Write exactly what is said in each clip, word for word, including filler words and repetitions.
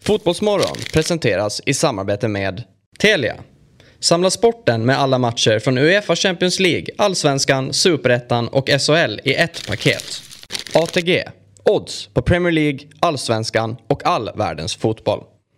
Fotbollsmorgon presenteras i samarbete med Telia. Samla sporten med alla matcher från UEFA Champions League, Allsvenskan, Superettan och S H L i ett paket. A T G. Odds på Premier League, Allsvenskan och all världens fotboll.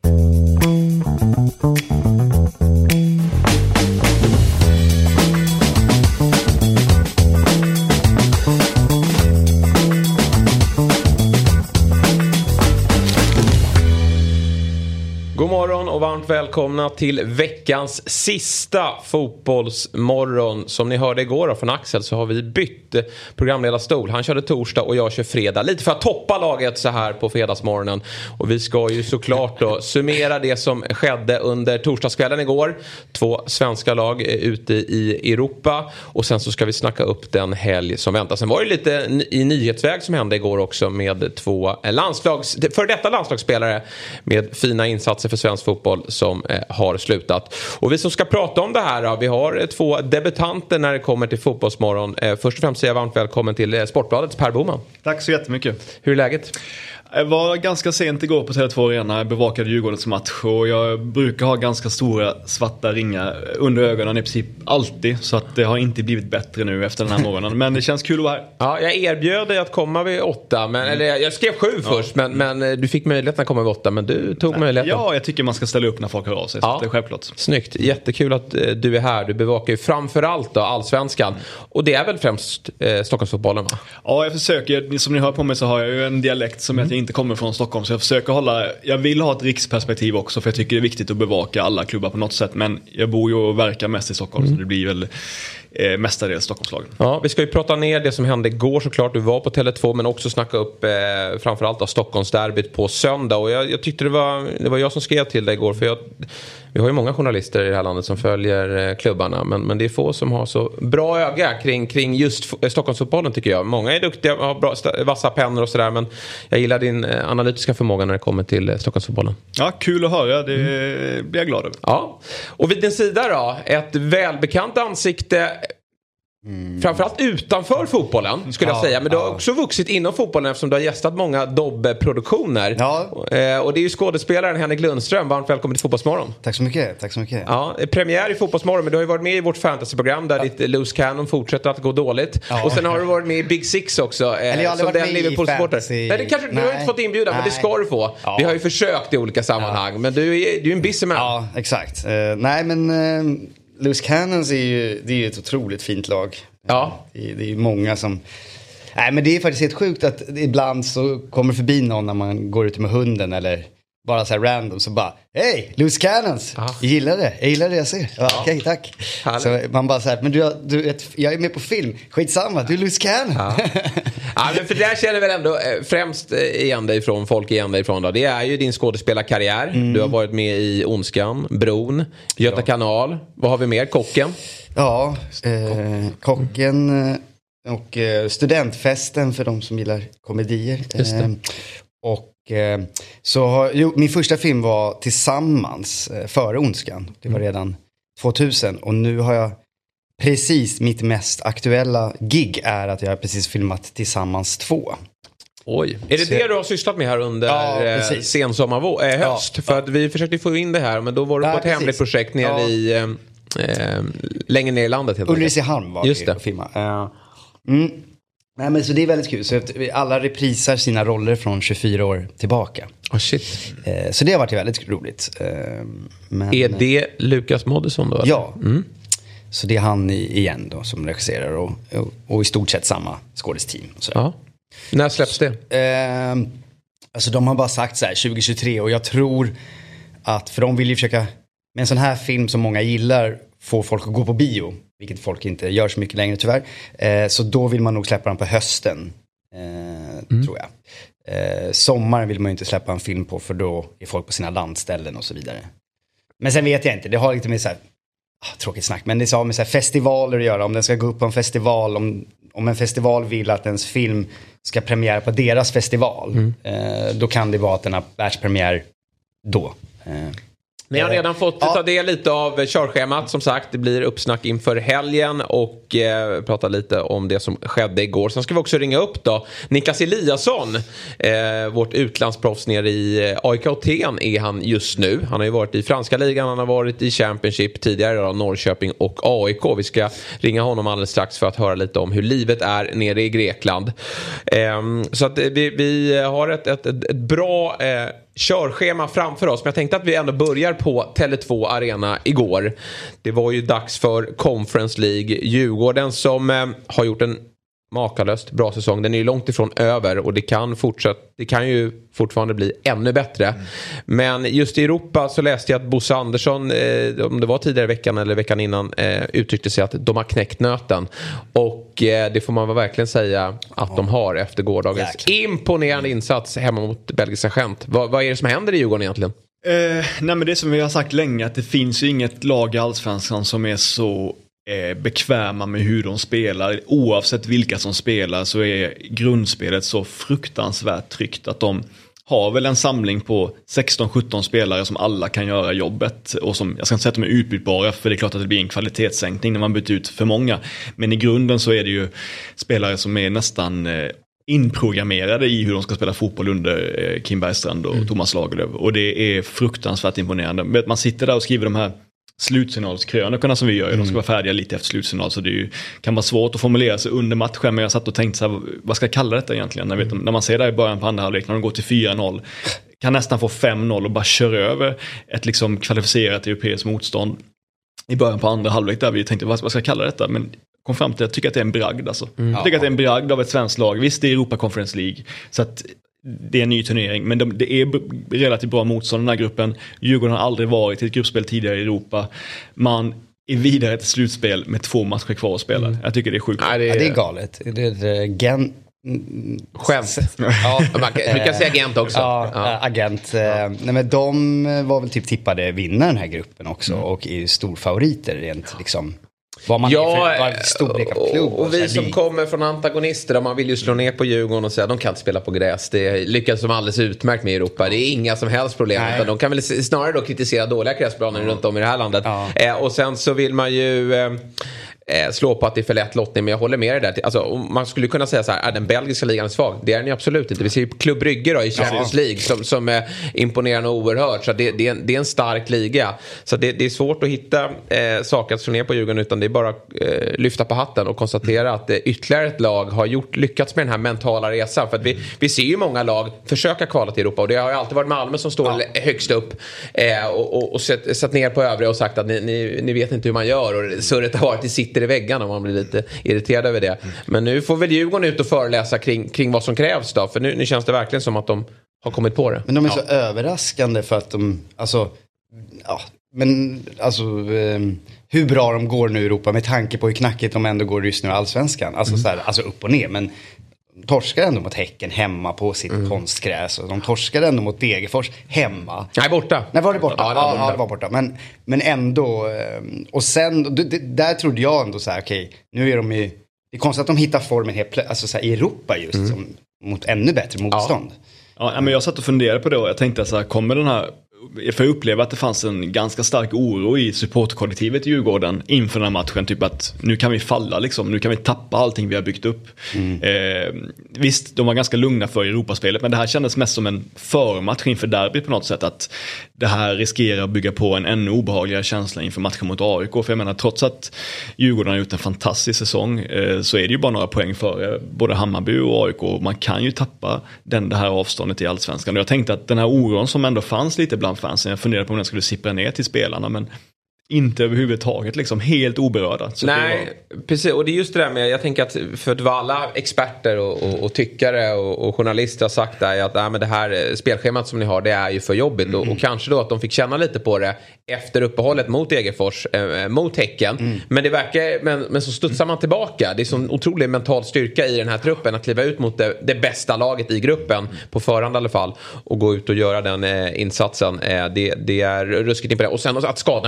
God morgon och varmt välkomna till veckans sista fotbollsmorgon. Som ni hörde igår från Axel så har vi bytt programledarstol. Han körde torsdag och jag kör fredag. Lite för att toppa laget så här på fredagsmorgonen. Och vi ska ju såklart då summera det som skedde under torsdagskvällen igår. Två svenska lag ute i Europa. Och sen så ska vi snacka upp den helg som väntar. Sen var det lite i nyhetsväg som hände igår också med två landslags, för detta landslagsspelare med fina insatser för svensk fotboll som eh, har slutat. Och vi som ska prata om det här då, vi har eh, två debutanter när det kommer till fotbollsmorgon. Eh, först och främst säger jag varmt välkommen till eh, Sportbladets Per Boman. Tack så jättemycket. Hur är läget? Jag var ganska sent igår på Tele två Arena, jag bevakade Djurgårdens match och jag brukar ha ganska stora svarta ringar under ögonen i princip alltid, så att det har inte blivit bättre nu efter den här morgonen, men det känns kul att vara här. Ja, jag erbjöd dig att komma vid åtta, men, eller jag skrev sju ja. först, men, men du fick möjligheten att komma vid åtta, men du tog möjligheten. Ja, jag tycker man ska ställa upp när folk hör av sig, så ja. Det är självklart. Snyggt, jättekul att eh, du är här, du bevakar ju framförallt då Allsvenskan, och det är väl främst eh, Stockholmsfotbollen, va? Ja, jag försöker, som ni hör på mig så har jag ju en dialekt som mm. jag inte kommer från Stockholm, så jag försöker hålla, jag vill ha ett riksperspektiv också, för jag tycker det är viktigt att bevaka alla klubbar på något sätt, men jag bor ju och verkar mest i Stockholm, mm. så det blir väl eh, mestadels Stockholmslagen. Ja, vi ska ju prata ner det som hände igår såklart, du var på Tele två, men också snacka upp eh, framförallt av Stockholmsderbyt på söndag, och jag, jag tyckte det var, det var jag som skrev till dig igår, för jag, vi har ju många journalister i det här landet som följer eh, klubbarna, men, men det är få som har så bra öga kring, kring just eh, Stockholmsfotbollen, tycker jag. Många är duktiga, har bra, st- vassa pennor och sådär, men jag gillar din eh, analytiska förmåga när det kommer till eh, Stockholmsfotbollen. Ja, kul att höra, det mm. blir jag glad över. Ja, och vid din sida då, ett välbekant ansikte. Mm. Framförallt utanför fotbollen skulle ja, jag säga. Men du har ja. också vuxit inom fotbollen eftersom du har gästat många Dobbe-produktioner. Ja. Eh, och det är ju skådespelaren Henrik Lundström. Varmt välkommen till Fotbollsmorgon. Tack så mycket, tack så mycket. Ja, premiär i Fotbollsmorgon, men du har ju varit med i vårt fantasyprogram där ja. ditt Loose Cannon fortsätter att gå dåligt. Ja. Och sen har du varit med i Big Six också. Eh, Eller jag har aldrig varit med i fantasy. Nej, det kanske, du har inte fått inbjudan, nej. Men det ska du få. Ja. Vi har ju försökt i olika sammanhang. Ja. Men du är ju en busy man. Ja, exakt. Uh, nej, men uh, Loose Cannons är ju, det är ju ett otroligt fint lag. Ja. Det, det är ju många som... Nej, men det är faktiskt helt sjukt att ibland så kommer förbi någon när man går ut med hunden eller bara så här random, så bara hej, Loose Cannons, jag gillar det, jag gillar det jag ser. Ja, okej, okay, tack. Så man bara så här, men du, du jag är med på film, skitsamma, du är Loose Cannon. Ja. Ja, men för där känner väl ändå främst igen dig från, folk igen dig ifrån då. Det är ju din skådespelarkarriär. Mm. Du har varit med i Ondskan, Bron, Göta ja. kanal. Vad har vi mer? Kocken? Ja, eh, Kocken och eh, Studentfesten för de som gillar komedier. Just det. Eh, och eh, så har, jo, min första film var Tillsammans eh, före Ondskan. Det var redan tvåtusen, och nu har jag precis, mitt mest aktuella gig är att jag har precis filmat Tillsammans två. Oj, är det så det du har sysslat med här under ja, sensommar, äh, höst? Ja, för ja. att vi försökte få in det här, men då var det ja, på ett precis. hemligt projekt nere ja. i äh, längre ner i landet. Ulricehamn var Just det att filma. Uh, mm. Nej, men så det är väldigt kul. Så alla reprisar sina roller från tjugofyra år tillbaka. Oh shit. Uh, så det har varit väldigt roligt. Uh, men, är det Lukas Moodysson då? Ja. Mm. Så det är han igen då som regisserar och, och, och i stort sett samma skådesteam. Ja. När släpps det? Eh, alltså de har bara sagt så här tjugo tjugotre, och jag tror att, för de vill ju försöka med en sån här film som många gillar få folk att gå på bio, vilket folk inte gör så mycket längre tyvärr. Eh, så då vill man nog släppa den på hösten, eh, mm. tror jag. Eh, sommaren vill man ju inte släppa en film på, för då är folk på sina landställen och så vidare. Men sen vet jag inte, det har lite med så här, ah, tråkigt snack, men det har med så här festivaler att göra. Om den ska gå upp på en festival, om, om en festival vill att ens film ska premiär på deras festival, mm. eh, då kan det vara att den har världspremiär då. Eh. Ni har redan fått ja. ta del lite av körschemat. Som sagt, det blir uppsnack inför helgen. Och eh, prata lite om det som skedde igår. Sen ska vi också ringa upp då Niklas Eliasson, eh, vårt utlandsproffs nere i A I K Aten är han just nu. Han har ju varit i franska ligan, han har varit i Championship tidigare då, Norrköping och A I K. Vi ska ringa honom alldeles strax för att höra lite om hur livet är nere i Grekland. Eh, så att vi, vi har ett, ett, ett, ett bra eh, körschema framför oss. Men jag tänkte att vi ändå börjar på Tele två Arena igår. Det var ju dags för Conference League. Djurgården som eh, har gjort en makalöst bra säsong. Den är ju långt ifrån över och det kan fortsätta, det kan ju fortfarande bli ännu bättre. Mm. Men just i Europa så läste jag att Bosse Andersson, eh, om det var tidigare veckan eller veckan innan, eh, uttryckte sig att de har knäckt nöten. Och eh, det får man väl verkligen säga att ja. de har efter gårdagens Jäklar. imponerande insats hemma mot belgiska Gent. Va, vad är det som händer i Djurgården egentligen? Eh, nej men det som vi har sagt länge, att det finns ju inget lag i Allsvenskan som är så bekväma med hur de spelar. Oavsett vilka som spelar så är grundspelet så fruktansvärt tryggt att de har väl en samling på sexton sjutton spelare som alla kan göra jobbet och som, jag ska inte säga att de är utbytbara, för det är klart att det blir en kvalitetssänkning när man byter ut för många, men i grunden så är det ju spelare som är nästan inprogrammerade i hur de ska spela fotboll under Kim Bergstrand och mm. Thomas Lagerlöf, och det är fruktansvärt imponerande. Man sitter där och skriver de här slutsignalskrönikorna som vi gör, mm. de ska vara färdiga lite efter slutsignal, så det är ju, kan vara svårt att formulera sig under matchen, men jag satt och tänkte så här, vad ska jag kalla detta egentligen? Mm. Vet, när man ser där i början på andra halvlek, när de går till fyra noll, kan nästan få fem noll och bara köra över ett liksom kvalificerat europeiskt motstånd i början på andra halvlek, där vi tänkte, vad, vad ska jag kalla detta? Men kom fram till att jag tycker att det är en bragd alltså. Mm. Jag tycker att det är en bragd av ett svenskt lag. Visst, det är Europa Conference League, så att det är en ny turnering, men de, det är relativt bra motstånd i den här gruppen. Djurgården har aldrig varit i ett gruppspel tidigare i Europa. Man är vidare till slutspel med två matcher kvar att spela. Mm. Jag tycker det är sjukt. Ja, det är, ja, det är galet. Det är gen... Skämt. Ja, man kan, kan säga agent också. Ja, ja. agent. Ja. Nej, men de var väl typ tippade vinna den här gruppen också, mm. och är storfavoriter rent liksom. Vad man ja, är för storlek av klubb. Och, och vi som kommer från antagonister, man vill ju slå ner på Djurgården och säga de kan inte spela på gräs. Det lyckas som alldeles utmärkt med i Europa. Det är inga som helst problem. Utan de kan väl snarare då kritisera dåliga gräsplaner mm. runt om i det här landet. Ja. Eh, och sen så vill man ju... Eh, Eh, slå på att det är för lätt lottning, men jag håller med dig där. Alltså, man skulle kunna säga så här, är den belgiska ligan svag? Det är den ju absolut inte. Vi ser ju Klubb Brygge då i Champions ja. League som, som är imponerande och oerhört. Så det, det, är en, det är en stark liga. Så det, det är svårt att hitta eh, saker att slå ner på Djurgården, utan det är bara eh, lyfta på hatten och konstatera att eh, ytterligare ett lag har gjort, lyckats med den här mentala resan. För att vi, vi ser ju många lag försöka kvala till Europa, och det har ju alltid varit Malmö som står ja. högst upp eh, och, och, och sett, satt ner på övriga och sagt att ni, ni, ni vet inte hur man gör, och surret har varit, det sitter i väggarna och man blir lite irriterad över det. Men nu får väl Djurgården ut och föreläsa kring, kring vad som krävs då, för nu, nu känns det verkligen som att de har kommit på det. Men de är så ja. överraskande för att de, alltså, ja, men alltså eh, hur bra de går nu i Europa med tanke på hur knackigt de ändå går just nu i Allsvenskan. Alltså, mm. så här, alltså upp och ner, men de torskar ändå mot Häcken hemma på sitt mm. konstgräs, och de torskar ändå mot Degerfors hemma. Nej, borta. Nej, var det borta? Ja, det var borta. Ja, det var borta. Men, men ändå, och sen, där trodde jag ändå så här, okej, okay, nu är de ju, det är konstigt att de hittar formen helt plötsligt, alltså så här, i Europa just, mm. som, mot ännu bättre motstånd. Ja. Ja, men jag satt och funderade på det, och jag tänkte så här, kommer den här, för jag upplevde att det fanns en ganska stark oro i supportkollektivet i Djurgården inför den här matchen, typ att nu kan vi falla liksom, nu kan vi tappa allting vi har byggt upp. Mm. Eh, visst, de var ganska lugna för Europaspelet, men det här kändes mest som en förmatch inför derby på något sätt, att det här riskerar att bygga på en ännu obehagligare känsla inför matchen mot A I K. För jag menar, trots att Djurgården har gjort en fantastisk säsong eh, så är det ju bara några poäng för både Hammarby och A I K. Man kan ju tappa den, det här avståndet i Allsvenskan, och jag tänkte att den här oron som ändå fanns lite bland fansen, jag funderade på om den skulle sippra ner till spelarna, men inte överhuvudtaget, liksom helt oberörda. Så nej, var... precis, och det är just det där med, jag tänker att för att alla experter och, och, och tyckare och, och journalister har sagt där, att äh, men det här spelschemat som ni har, det är ju för jobbigt, mm. och, och kanske då att de fick känna lite på det efter uppehållet mot Degerfors, äh, mot Häcken, mm. men det verkar, men, men så studsar man tillbaka. Det är sån otrolig mental styrka i den här truppen att kliva ut mot det, det bästa laget i gruppen, på förhand i alla fall, och gå ut och göra den eh, insatsen. Eh, det, det är ruskigt imponerande. Och sen att skadorna börjar dyka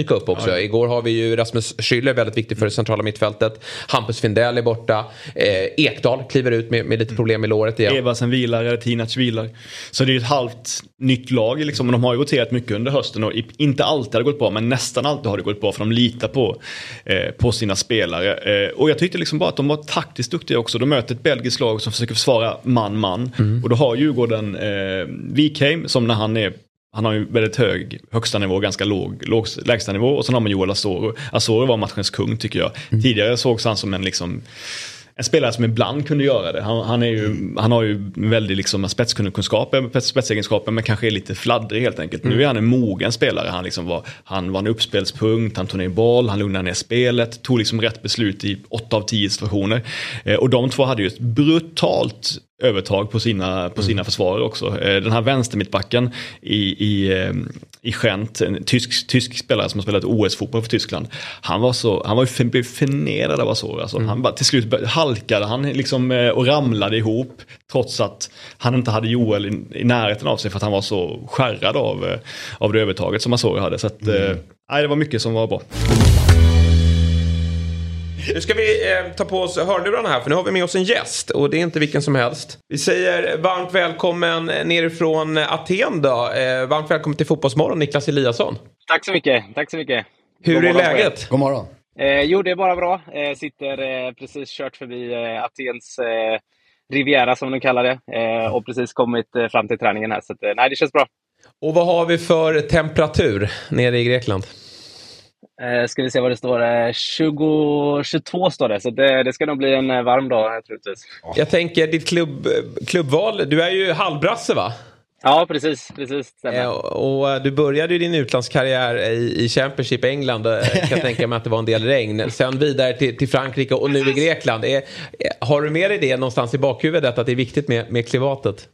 dyka upp också. Ja. Igår har vi ju Rasmus Schüller, väldigt viktig för det centrala mittfältet. Hampus Findell är borta. Eh, Ekdal kliver ut med, med lite problem i låret igen. Eversen vilar, eller Tinac vilar. Så det är ju ett halvt nytt lag liksom. De har ju roterat mycket under hösten och inte alltid har det gått bra, men nästan alltid har det gått bra för de litar på, eh, på sina spelare. Eh, och jag tyckte liksom bara att de var taktiskt duktiga också. De möter ett belgiskt lag som försöker försvara man-man. Mm. Och då har Djurgården eh, Wikheim som när han är han har ju väldigt hög högsta nivå, ganska låg, låg lägsta nivå. Och så har man Joel Asoro. Asoro var matchens kung tycker jag. Mm. Tidigare sågs han som en liksom en spelare som ibland kunde göra det. Han, han, är ju, han har ju väldigt liksom spetskunskaper, spetsegenskaper, men kanske är lite fladdrig helt enkelt. Mm. Nu är han en mogen spelare. Han, liksom var, han var en uppspelspunkt, han tog ner boll, han lugnade ner spelet, tog liksom rätt beslut i åtta av tio situationer. Eh, och de två hade ju ett brutalt övertag på sina, på sina mm. försvarare också. Den här vänstermittbacken i, i, i Gent, en tysk, tysk spelare som har spelat O S-fotboll för Tyskland. Han var så, han var ju förnedrad av så. Alltså, mm. Han bara, till slut halkade han liksom och ramlade ihop trots att han inte hade Joel i, i närheten av sig för att han var så skärrad av, av det övertaget som Asoro hade. Så att, mm. nej, det var mycket som var bra. Nu ska vi eh, ta på oss hörlurarna här, för nu har vi med oss en gäst och det är inte vilken som helst. Vi säger varmt välkommen nerifrån Aten då. Eh, varmt välkommen till Fotbollsmorgon, Niklas Eliasson. Tack så mycket, tack så mycket. Hur är läget? God morgon. Eh, jo, det är bara bra. Eh, sitter eh, precis kört förbi eh, Atens eh, Riviera som de kallar det. Eh, och precis kommit eh, fram till träningen här. Så att, eh, nej, det känns bra. Och vad har vi för temperatur nere i Grekland? Eh, ska vi se vad det står. Eh, tjugo, tjugotvå står det. Så det, det ska nog bli en eh, varm dag, troligtvis. Jag tänker, ditt klubb, klubbval, du är ju halvbrasse va? Ja, precis. precis eh, och, och du började ju din utlandskarriär i, i Championship England. Kan jag tänka mig att det var en del regn. Sen vidare till, till Frankrike och nu i Grekland. Är, har du med dig det någonstans i bakhuvudet att det är viktigt med, med klimatet?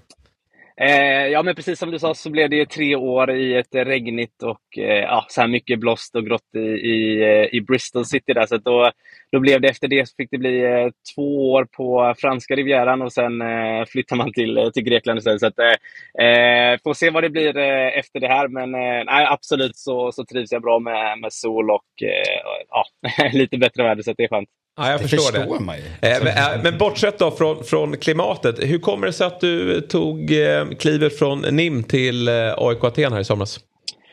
Eh, ja, men precis som du sa så blev det tre år i ett regnigt och eh, ja, så här mycket blåst och grått i, i, i Bristol City där. Så då, då blev det efter det så fick det bli eh, två år på franska rivieran och sen eh, flyttar man till, till Grekland istället. Så att, eh, får se vad det blir eh, efter det här. Men eh, nej, absolut så, så trivs jag bra med, med sol och eh, ja, lite bättre väder, så att det är skönt. Ja, jag det förstår, förstår det. Man ju. Eh, men, men bortsett då från, från klimatet, hur kommer det sig att du tog eh, klivet från N I M till eh, A I K Aten här i somras?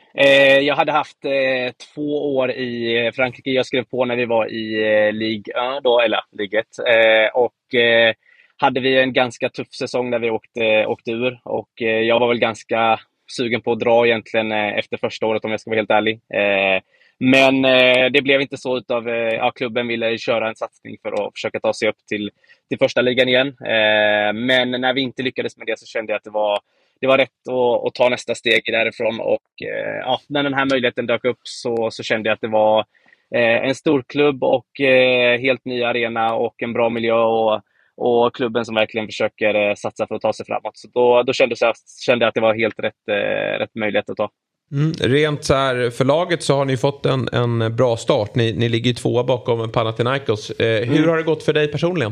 Eh, jag hade haft eh, två år i Frankrike. Jag skrev på när vi var i eh, Ligue ett då, eller Ligue ett. Eh, och eh, hade vi en ganska tuff säsong där vi åkte, åkte ur. Och eh, jag var väl ganska sugen på att dra egentligen eh, efter första året, om jag ska vara helt ärlig. Eh, Men eh, det blev inte så, utav eh, ja, klubben ville köra en satsning för att försöka ta sig upp till, till första ligan igen. Eh, men när vi inte lyckades med det så kände jag att det var, det var rätt att, att ta nästa steg därifrån. Och eh, ja, när den här möjligheten dök upp så, så kände jag att det var eh, en stor klubb och eh, helt ny arena och en bra miljö och, och klubben som verkligen försöker eh, satsa för att ta sig framåt. Så då, då kände jag, kände jag att det var helt rätt, eh, rätt möjlighet att ta. Mm, rent så här för laget så har ni fått en, en bra start. Ni, ni ligger ju tvåa bakom Panathinaikos. Eh, hur mm. har det gått för dig personligen?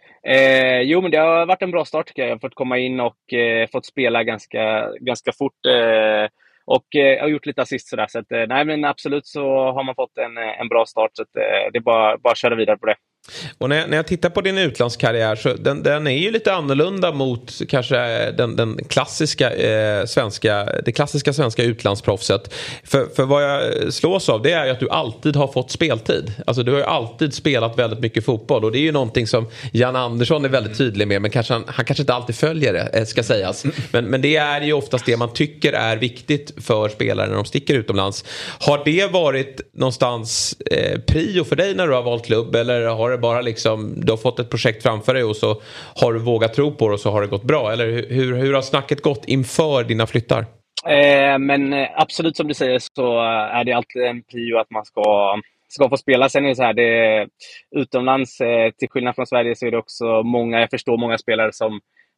Eh, jo, men det har varit en bra start tycker jag. Jag har fått komma in och eh, fått spela ganska, ganska fort. Eh, och eh, har gjort lite assist sådär. Så att, eh, nej, men absolut så har man fått en, en bra start. Så att, eh, det är bara, bara att köra vidare på det. Och när jag, när jag tittar på din utlandskarriär så den, den är ju lite annorlunda mot kanske den, den klassiska eh, svenska det klassiska svenska utlandsproffset. För, för vad jag slås av det är ju att du alltid har fått speltid. Alltså du har ju alltid spelat väldigt mycket fotboll och det är ju någonting som Jan Andersson är väldigt tydlig med, men kanske han, han kanske inte alltid följer det, ska sägas. Men, men det är ju oftast det man tycker är viktigt för spelare när de sticker utomlands. Har det varit någonstans eh, prio för dig när du har valt klubb, eller har det bara liksom, du har fått ett projekt framför dig och så har du vågat tro på det och så har det gått bra? Eller hur, hur har snacket gått inför dina flyttar? Eh, men absolut som du säger så är det alltid en prio att man ska, ska få spela. Sen är det så här, det, utomlands eh, till skillnad från Sverige så är det också många, jag förstår många spelare som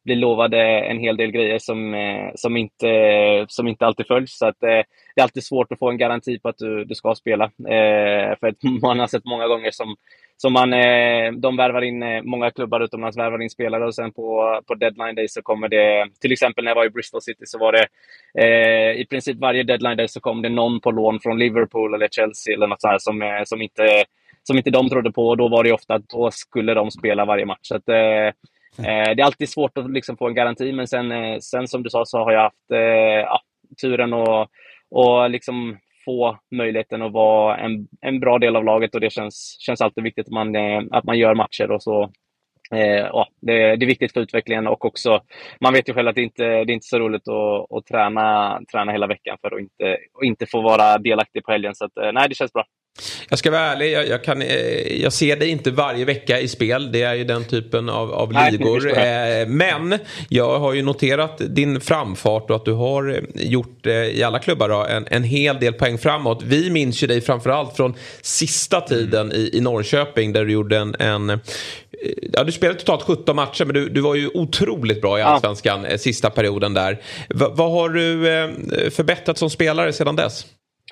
blir lovade en hel del grejer som, eh, som, inte, som inte alltid följs. Så att, eh, det är alltid svårt att få en garanti på att du, du ska spela. Eh, för att man har sett många gånger som, som man, eh, de värvar in, eh, många klubbar utomlands värvar in spelare och sen på, på deadline day så kommer det, till exempel när jag var i Bristol City så var det eh, i princip varje deadline day så kom det någon på lån från Liverpool eller Chelsea eller något sånt här som, eh, som, inte, som inte de trodde på, och då var det ofta att då skulle de spela varje match. Så att, eh, Eh, det är alltid svårt att liksom få en garanti, men sen, eh, sen som du sa så har jag haft eh, ja, turen och, och liksom få möjligheten att vara en, en bra del av laget, och det känns, känns alltid viktigt att man, eh, att man gör matcher och så. Eh, ja, det, det är viktigt för utvecklingen, och också man vet ju själv att det inte det är inte så roligt att, att träna, träna hela veckan för att inte, och inte få vara delaktig på helgen. Så att, eh, nej, det känns bra. Jag ska vara ärlig, jag, jag, kan, eh, jag ser det inte varje vecka i spel. Det är ju den typen av, av ligor. Nej, eh, men jag har ju noterat din framfart och att du har gjort eh, i alla klubbar då, en, en hel del poäng framåt. Vi minns ju dig framförallt från sista tiden i, i Norrköping där du gjorde en... en ja, du spelade totalt sjutton matcher, men du, du var ju otroligt bra i Allsvenskan ja. sista perioden där. V- vad har du eh, förbättrat som spelare sedan dess?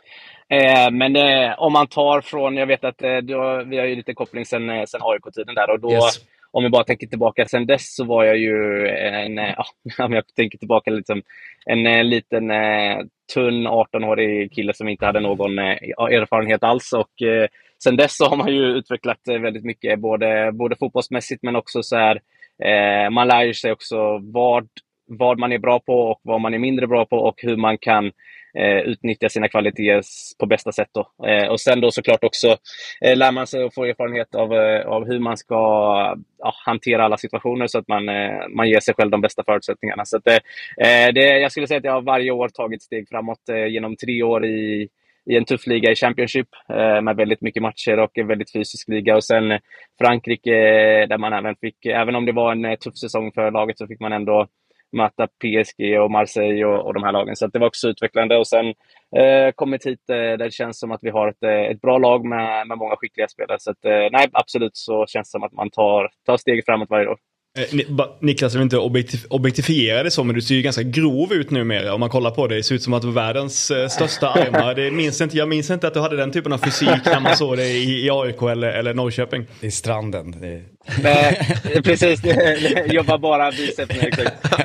Eh, men eh, om man tar från, jag vet att eh, då, vi har ju lite koppling sen, eh, sen A I K-tiden där, och då, yes. Om vi bara tänker tillbaka sen dess så var jag ju en, eh, ja, om jag tänker tillbaka liksom, en eh, liten eh, tunn arton-årig kille som inte hade någon eh, erfarenhet alls, och eh, sen dess så har man ju utvecklat eh, väldigt mycket, både, både fotbollsmässigt men också så här, eh, man lär sig också vad, vad man är bra på och vad man är mindre bra på, och hur man kan Eh, utnyttja sina kvaliteter på bästa sätt då. Eh, och sen då såklart också eh, lär man sig och få erfarenhet av, eh, av hur man ska ja, hantera alla situationer så att man, eh, man ger sig själv de bästa förutsättningarna. Så att, eh, det, jag skulle säga att jag har varje år tagit steg framåt eh, genom tre år i, i en tuff liga i Championship eh, med väldigt mycket matcher och en väldigt fysisk liga, och sen Frankrike eh, där man även fick, även om det var en eh, tuff säsong för laget, så fick man ändå möta P S G och Marseille och, och de här lagen. Så att det var också utvecklande. Och sen eh, kommit hit eh, där det känns som att vi har ett, ett bra lag med, med många skickliga spelare. Så att, eh, nej, absolut så känns det som att man tar, tar steg framåt varje år. Eh, Niklas, jag vill inte objektif- objektifiera det så, men du ser ju ganska grov ut numera. Om man kollar på det, det ser ut som att du var världens eh, största armar. Det minns inte, jag minns inte att du hade den typen av fysik när man såg det i, i A I K eller, eller Norrköping. Det är stranden. Det är... Nej, precis, jag jobbar bara biceps nu.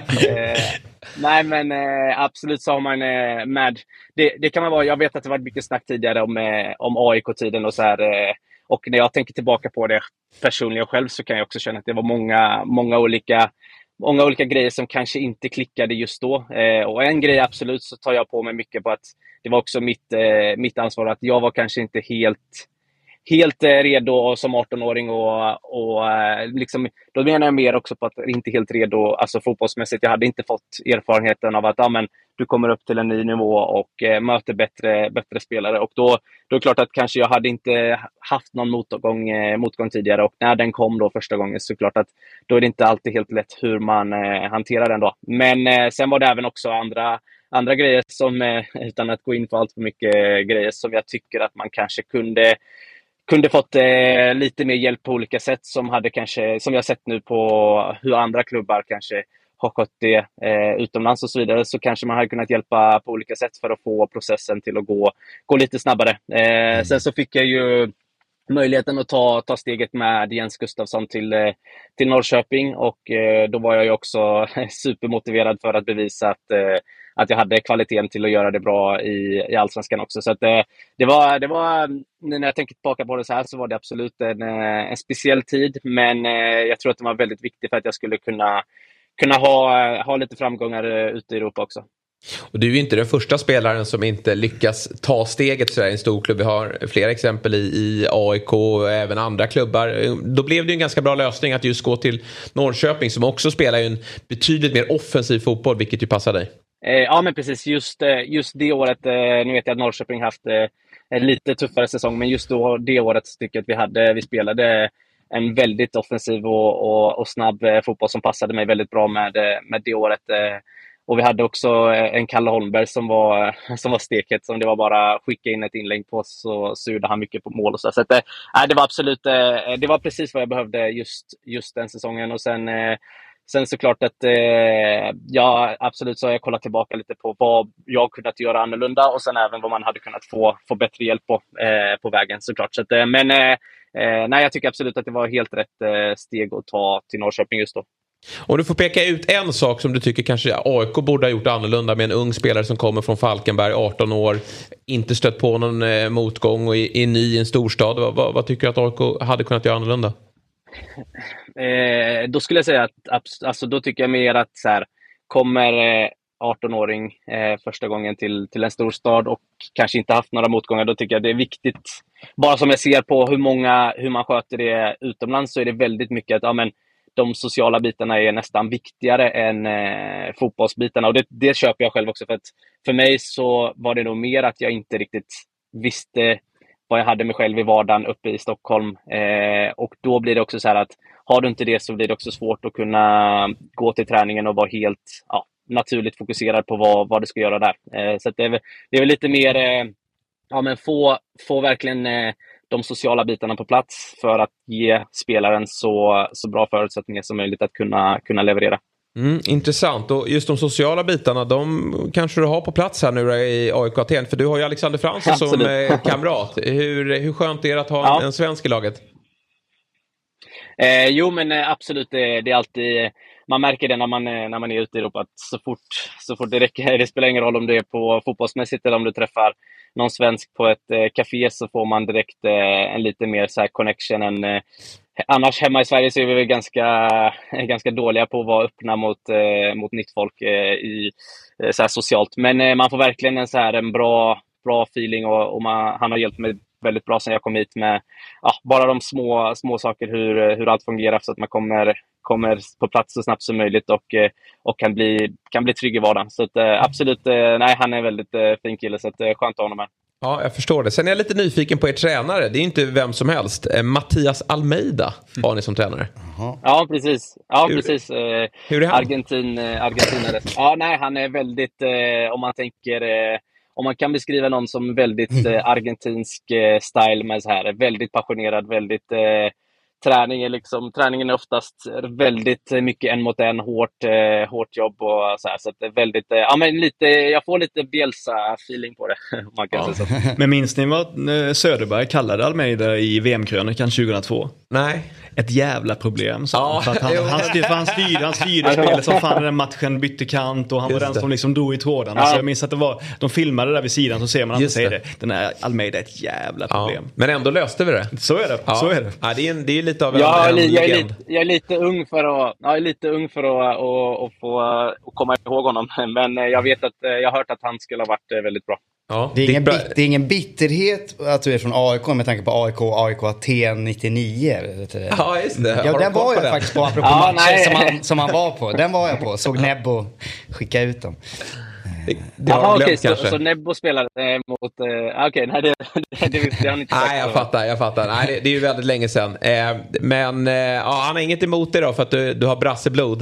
Eh, nej, men eh, absolut så har man eh, med... Det, det kan man vara, jag vet att det var mycket snack tidigare om, eh, om A I K-tiden och så här... Eh, och när jag tänker tillbaka på det personligen själv så kan jag också känna att det var många, många, olika, många olika grejer som kanske inte klickade just då. Eh, och en grej absolut så tar jag på mig mycket på att det var också mitt, eh, mitt ansvar att jag var kanske inte helt, helt eh, redo som arton-åring. Och, och eh, liksom, då menar jag mer också på att inte helt redo alltså fotbollsmässigt. Jag hade inte fått erfarenheten av att ja, men, du kommer upp till en ny nivå och eh, möter bättre, bättre spelare. Och då, då är det klart att kanske jag hade inte haft någon motgång, eh, motgång tidigare. Och när den kom då första gången så klart att då är det inte alltid helt lätt hur man eh, hanterar den då. Men eh, sen var det även också andra, andra grejer som, eh, utan att gå in på allt för mycket eh, grejer, som jag tycker att man kanske kunde kunde fått eh, lite mer hjälp på olika sätt, som hade kanske, som jag sett nu på hur andra klubbar kanske har skött det eh, utomlands och så vidare, så kanske man hade kunnat hjälpa på olika sätt för att få processen till att gå, gå lite snabbare. Eh, mm. Sen så fick jag ju möjligheten att ta, ta steget med Jens Gustafsson till, eh, till Norrköping, och eh, då var jag ju också supermotiverad för att bevisa att, eh, att jag hade kvaliteten till att göra det bra i, i Allsvenskan också. Så att, eh, det var, det var, när jag tänker tillbaka på det så här, så var det absolut en, en speciell tid, men eh, jag tror att det var väldigt viktigt för att jag skulle kunna kunna ha, ha lite framgångar ute i Europa också. Och du är ju inte den första spelaren som inte lyckas ta steget så där i en stor klubb. Vi har flera exempel i, i A I K och även andra klubbar. Då blev det ju en ganska bra lösning att just gå till Norrköping, som också spelar ju en betydligt mer offensiv fotboll, vilket ju passar dig. Eh, ja, men precis. Just, just det året, eh, nu vet jag att Norrköping haft eh, en lite tuffare säsong, men just då, det året tycker jag att vi, hade, vi spelade en väldigt offensiv och, och, och snabb eh, fotboll som passade mig väldigt bra med, med det året. Eh, och vi hade också en Kalle Holmberg som var, som var steket, som det var bara skicka in ett inlägg på, så, så gjorde han mycket på mål och så. Så att, eh, det var absolut, eh, det var precis vad jag behövde just, just den säsongen. Och sen, eh, sen såklart att eh, ja, absolut så har jag kollat tillbaka lite på vad jag kunnat göra annorlunda och sen även vad man hade kunnat få, få bättre hjälp på, eh, på vägen såklart. Så att, eh, men eh, nej, jag tycker absolut att det var helt rätt eh, steg att ta till Norrköping just då. Om du får peka ut en sak som du tycker kanske A I K borde ha gjort annorlunda med en ung spelare som kommer från Falkenberg, arton år, inte stött på någon eh, motgång och är, är ny i en storstad. Vad, vad, vad tycker du att A I K hade kunnat göra annorlunda? Eh, då skulle jag säga att alltså, då tycker jag mer att så här, kommer eh, arton-åring eh, första gången till, till en storstad och kanske inte haft några motgångar, då tycker jag det är viktigt. Bara som jag ser på hur många hur man sköter det utomlands så är det väldigt mycket att ja, men, de sociala bitarna är nästan viktigare än eh, fotbollsbitarna. Och det, det köper jag själv också. För att för mig så var det nog mer att jag inte riktigt visste vad jag hade mig själv i vardagen uppe i Stockholm. Eh, och då blir det också så här att har du inte det så blir det också svårt att kunna gå till träningen och vara helt ja, naturligt fokuserad på vad, vad du ska göra där. Eh, så att det, är, det är väl lite mer eh, ja, men få, få verkligen eh, de sociala bitarna på plats för att ge spelaren så, så bra förutsättningar som möjligt att kunna, kunna leverera. Mm, intressant. Och just de sociala bitarna, de kanske du har på plats här nu i A I K Aten. För du har ju Alexander Fransson som eh, kamrat. Hur, hur skönt är det att ha ja. en, en svensk i laget? Eh, jo men eh, absolut, det, det är alltid... Man märker det när man, när man är ute i Europa att så fort, så fort det räcker, det spelar ingen roll om du är på fotbollsmässigt eller om du träffar någon svensk på ett eh, café så får man direkt eh, en lite mer så här connection än eh, annars hemma i Sverige så är vi väl ganska, ganska dåliga på att vara öppna mot, eh, mot nytt folk eh, i, eh, så här socialt. Men eh, man får verkligen en, så här, en bra, bra feeling och, och man, han har hjälpt mig väldigt bra sen jag kom hit med ja, bara de små, små saker hur, hur allt fungerar så att man kommer, kommer på plats så snabbt som möjligt och, och kan, bli, kan bli trygg i vardagen. Så att, absolut, nej, han är en väldigt fin kille så att, skönt att ha honom med. Ja, jag förstår det. Sen är jag lite nyfiken på er tränare. Det är inte vem som helst. Mattias Almeida har ni som tränare. Aha. Ja, precis. Ja, hur, precis. Hur är han? Argentin, Argentinare. Ja, nej, han är väldigt, om man tänker... Om man kan beskriva någon som väldigt eh, argentinsk eh, style med så här, väldigt passionerad, väldigt eh, träning är liksom, träningen är oftast väldigt mycket en mot en, hårt, eh, hårt jobb och så här, så att det är väldigt, eh, ja men lite, jag får lite Bielsa-feeling på det. Man kan ja. säga så. Men minns ni vad Söderberg kallade Almeida i V M-krönikan tjugohundratvå? Nej. Ett jävla problem. Så. Ja. För att han, han, styr, för han styrde, han styrde spelet som fan den matchen bytte kant och han Just var den det. som liksom drog i trådarna. Ja. Så jag minns att det var, de filmade där vid sidan så ser man att Just de säger det. det. Den här Almeida är ett jävla problem. Ja. Men ändå löste vi det. Så är det. Ja. Så är det. Ja, det, är en, det är lite av en, Ja, en jag, jag, är legend. lite, jag är lite ung för att, jag är lite ung för att, att, att få att komma ihåg honom. Men jag vet att jag har hört att han skulle ha varit väldigt bra. Ja, Det är, ingen bra. bit, det är ingen bitterhet att du är från A I K med tanke på A I K, A I K Aten nittionio. Ja, just det. Ja, Har den du koll var på jag den? faktiskt på, apropå Ja, matcher nej. som han, som han var på. Den var jag på, såg Nebbo skicka ut dem. Det, det har Jaha, du okej, glömt så, kanske. så Nebbo spelar eh, mot... Eh, okej, nej, det, det, det, det har han inte sagt. Nej, jag fattar, jag fattar. Nej, det, det är ju väldigt länge sedan. Eh, men eh, ja, han har inget emot det då för att du, du har brasseblod.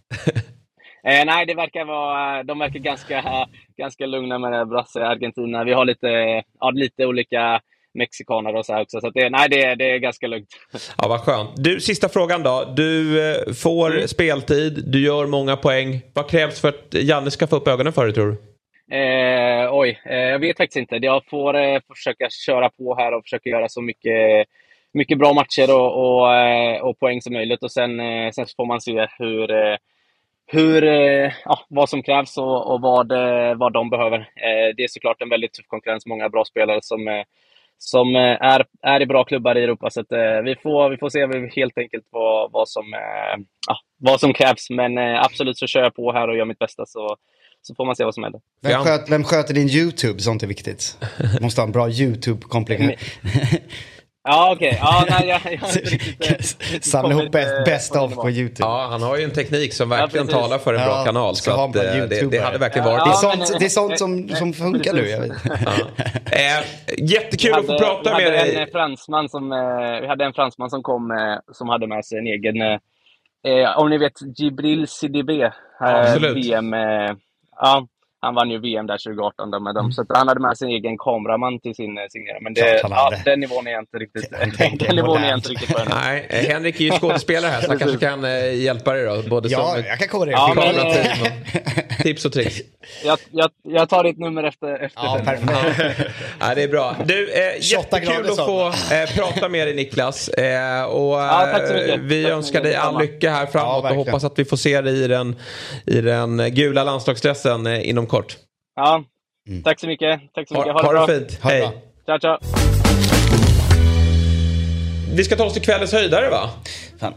Eh, nej, det verkar vara, de verkar ganska, ganska lugna med det, Brasse Argentina. Vi har lite, ja, lite olika mexikaner och så här också. Så att det, nej, det, det är ganska lugnt. Ja, vad skönt. Du, sista frågan då. Du eh, får Mm. speltid, du gör många poäng. Vad krävs för att Janne ska få upp ögonen för dig, tror du? Eh, oj, eh, jag vet faktiskt inte. Jag får eh, försöka köra på här och försöka göra så mycket, mycket bra matcher och, och, eh, och poäng som möjligt. Och sen, eh, sen får man se hur... Eh, Hur, eh, ja, vad som krävs och, och vad, eh, vad de behöver. Eh, det är såklart en väldigt tuff konkurrens. Många bra spelare som, eh, som eh, är, är i bra klubbar i Europa. Så att, eh, vi, får, vi får se helt enkelt vad, vad, som, eh, ja, vad som krävs. Men eh, absolut så kör jag på här och gör mitt bästa. Så, så får man se vad som händer. Vem, sköt, vem sköter din YouTube? Sånt är viktigt. Du måste ha en bra YouTube-komplikation. Ja, okej. Okay. Ja, nej, jag, jag har inte riktigt, eh, Samla ihop kommit, bäst, eh, best på of nivå. på YouTube. Ja, han har ju en teknik som verkligen Ja, precis. talar för en bra Ja, kanal. ska Så ha att, en eh, det, YouTuber. det hade verkligen varit. Det är Ja, sånt, men- det är sånt som, som funkar nu. Jag vet. Ja. Eh, jättekul att få Vi prata hade med en dig. eh, fransman som, eh, vi hade en fransman som kom eh, som hade med sig en egen, eh, eh, om ni vet Djibril Sidibé, eh, Absolut. V M, eh, ja, han vann ju V M där tjugo arton med dem. Mm. Så han hade med sin egen kameraman till sin signering. Men det, ja, den nivån är inte riktigt, den nivån är inte riktigt på den. Nej, Henrik är ju skådespelare här så han kanske kan uh, hjälpa dig då. Både ja, som jag kan komma det. Ja, men, och tips och tricks. Jag, jag, jag tar ditt nummer efter, efter ja, perfekt. Ja, det är bra. Du, eh, jättekul att få eh, prata med dig, Niklas. Eh, och, ja, tack så mycket. Vi tack önskar dig all lycka här framåt ja, och hoppas att vi får se dig i den, i den gula landslagsdressen eh, inom kort. Ja, mm. tack så mycket. Tack så mycket. Ha, ha det bra. bra. Fint. Hej. Ciao, ciao. Vi ska ta oss till kvällens höjdare, va? Fan.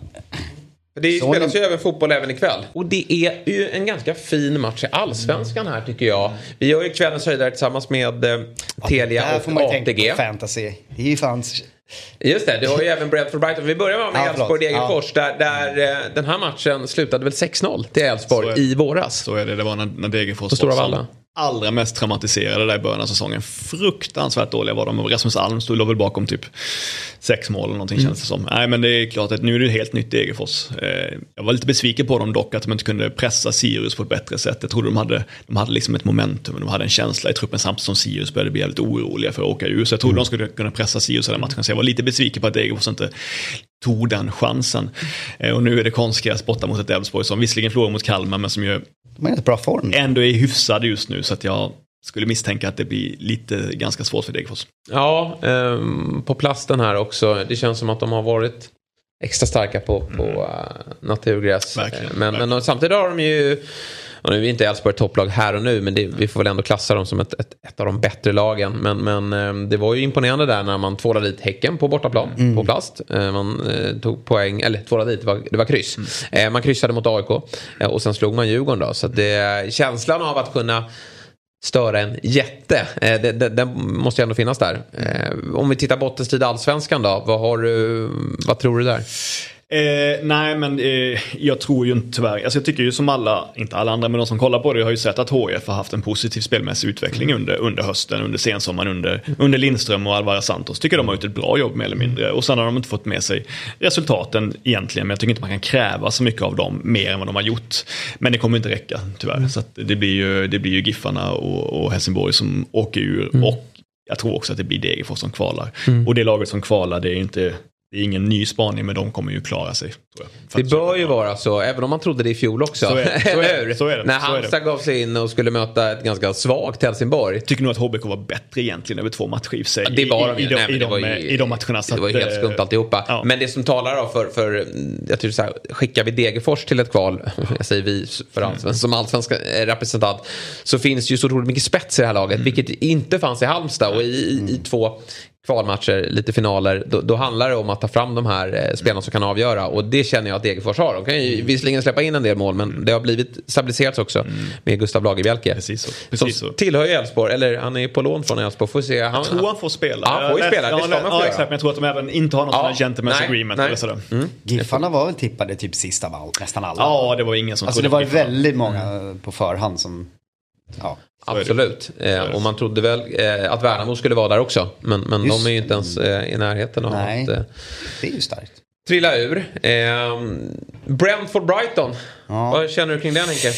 Det spelas ju även fotboll även ikväll. Och det är ju en ganska fin match i Allsvenskan här, tycker jag. Vi gör ju kvällens höjdare tillsammans med eh, Telia ja, och får man A T G. Fantasy. Det är ju fans... Just det, du har ju även Brentford Brighton. Vi börjar med Elfsborg ja, Degerfors ja. där, där eh, den här matchen slutade väl sex noll till Elfsborg i våras. Så är det, det var när, när Degerfors var som allra mest traumatiserade där i början av säsongen. Fruktansvärt dåliga var de. Och Rasmus Alm stod väl bakom typ sex mål eller någonting mm. känns det som. Nej, men det är klart att nu är det helt nytt Degerfors. Eh, jag var lite besviken på dem dock att de inte kunde pressa Sirius på ett bättre sätt. Jag trodde de hade, de hade liksom ett momentum. De hade en känsla i truppen samtidigt som Sirius började bli lite oroliga för att åka ur. Så jag trodde mm. de skulle kunna pressa Sirius i den matchen. Så jag var lite besviken på att Degerfors inte tog den chansen. Eh, och nu är det konstgräs borta mot ett Elfsborg som visserligen förlorar mot Kalmar men som ju de är i bra form. Ändå är hyfsad just nu så att jag skulle misstänka att det blir lite ganska svårt för Degerfors. Ja, eh, på plasten här också. Det känns som att de har varit extra starka på, på mm. uh, naturgräs. Verkligen, men, verkligen. men samtidigt har de ju... Och nu är inte Elfsborg topplag här och nu, men det, vi får väl ändå klassa dem som ett, ett, ett av de bättre lagen. Men, men eh, det var ju imponerande där när man tvålade dit Häcken på bortaplan, mm. på plast. Eh, man eh, tog poäng, eller tvålade dit, det var, det var kryss. Mm. Eh, man kryssade mot A I K eh, och sen slog man Djurgården då. Så att det, känslan av att kunna störa en jätte, eh, det, det, det måste ju ändå finnas där. Eh, om vi tittar bottenstrid Allsvenskan då, vad, har du, vad tror du där? Eh, nej men eh, jag tror ju inte tyvärr, alltså jag tycker ju som alla, inte alla andra men de som kollar på det har ju sett att H F har haft en positiv spelmässig utveckling under, under hösten, under sensommaren, under, under Lindström och Alvaro Santos. Tycker de har gjort ett bra jobb mer eller mindre och sen har de inte fått med sig resultaten egentligen, men jag tycker inte man kan kräva så mycket av dem mer än vad de har gjort, men det kommer inte räcka tyvärr, så att det blir ju, det blir ju Giffarna och, och Helsingborg som åker ur mm. och jag tror också att det blir Degerfors som kvalar mm. och det laget som kvalar, det är inte det är ingen ny spaning, men de kommer ju klara sig. Tror jag. Det bör ju vara så, även om man trodde det i fjol också. Så är det. Så är det. Så är det. När Halmstad gav sig in och skulle möta ett ganska svagt Helsingborg. Jag tycker nog att H B K var bättre egentligen över två matcher i sig. Det var i, de, i, nej, i, det de, var ju, i de matcherna. Det var ju helt skumt alltihopa. Ja. Men det som talar då för, för jag tror så här, skickar vi Degerfors till ett kval, jag säger vi för allsvensk, som allsvenska representant, så finns ju så otroligt mycket spets i det här laget, mm. vilket inte fanns i Halmstad och i, i, i två kvalmatcher, lite finaler, då, då handlar det om att ta fram de här eh, spelarna som kan avgöra, och det känner jag att Degerfors har. De kan ju visserligen släppa in en del mål, men det har blivit stabiliserats också mm. med Gustav Lagerbielke. Precis så. Precis som så. Tillhör ju Elfsborg, eller han är på lån från Elfsborg. Får se. Han, jag tror han får spela. Ja, han får ju spela. Det ska man ja, exakt, men jag tror att de även inte har någon ja, sån här gentleman's agreement nej. eller sådär. Mm. Giffarna var väl tippade typ sista av all, nästan alla. Ja, det var ingen som alltså det var väldigt många på förhand som ja. Absolut. Eh, och man trodde väl eh, att Värnamo skulle vara där också. Men, men de är ju inte ens eh, i närheten av nej, att eh, det är ju starkt. Trilla ur. Eh, Brentford Brighton. Ja. Vad känner du kring den, Henke?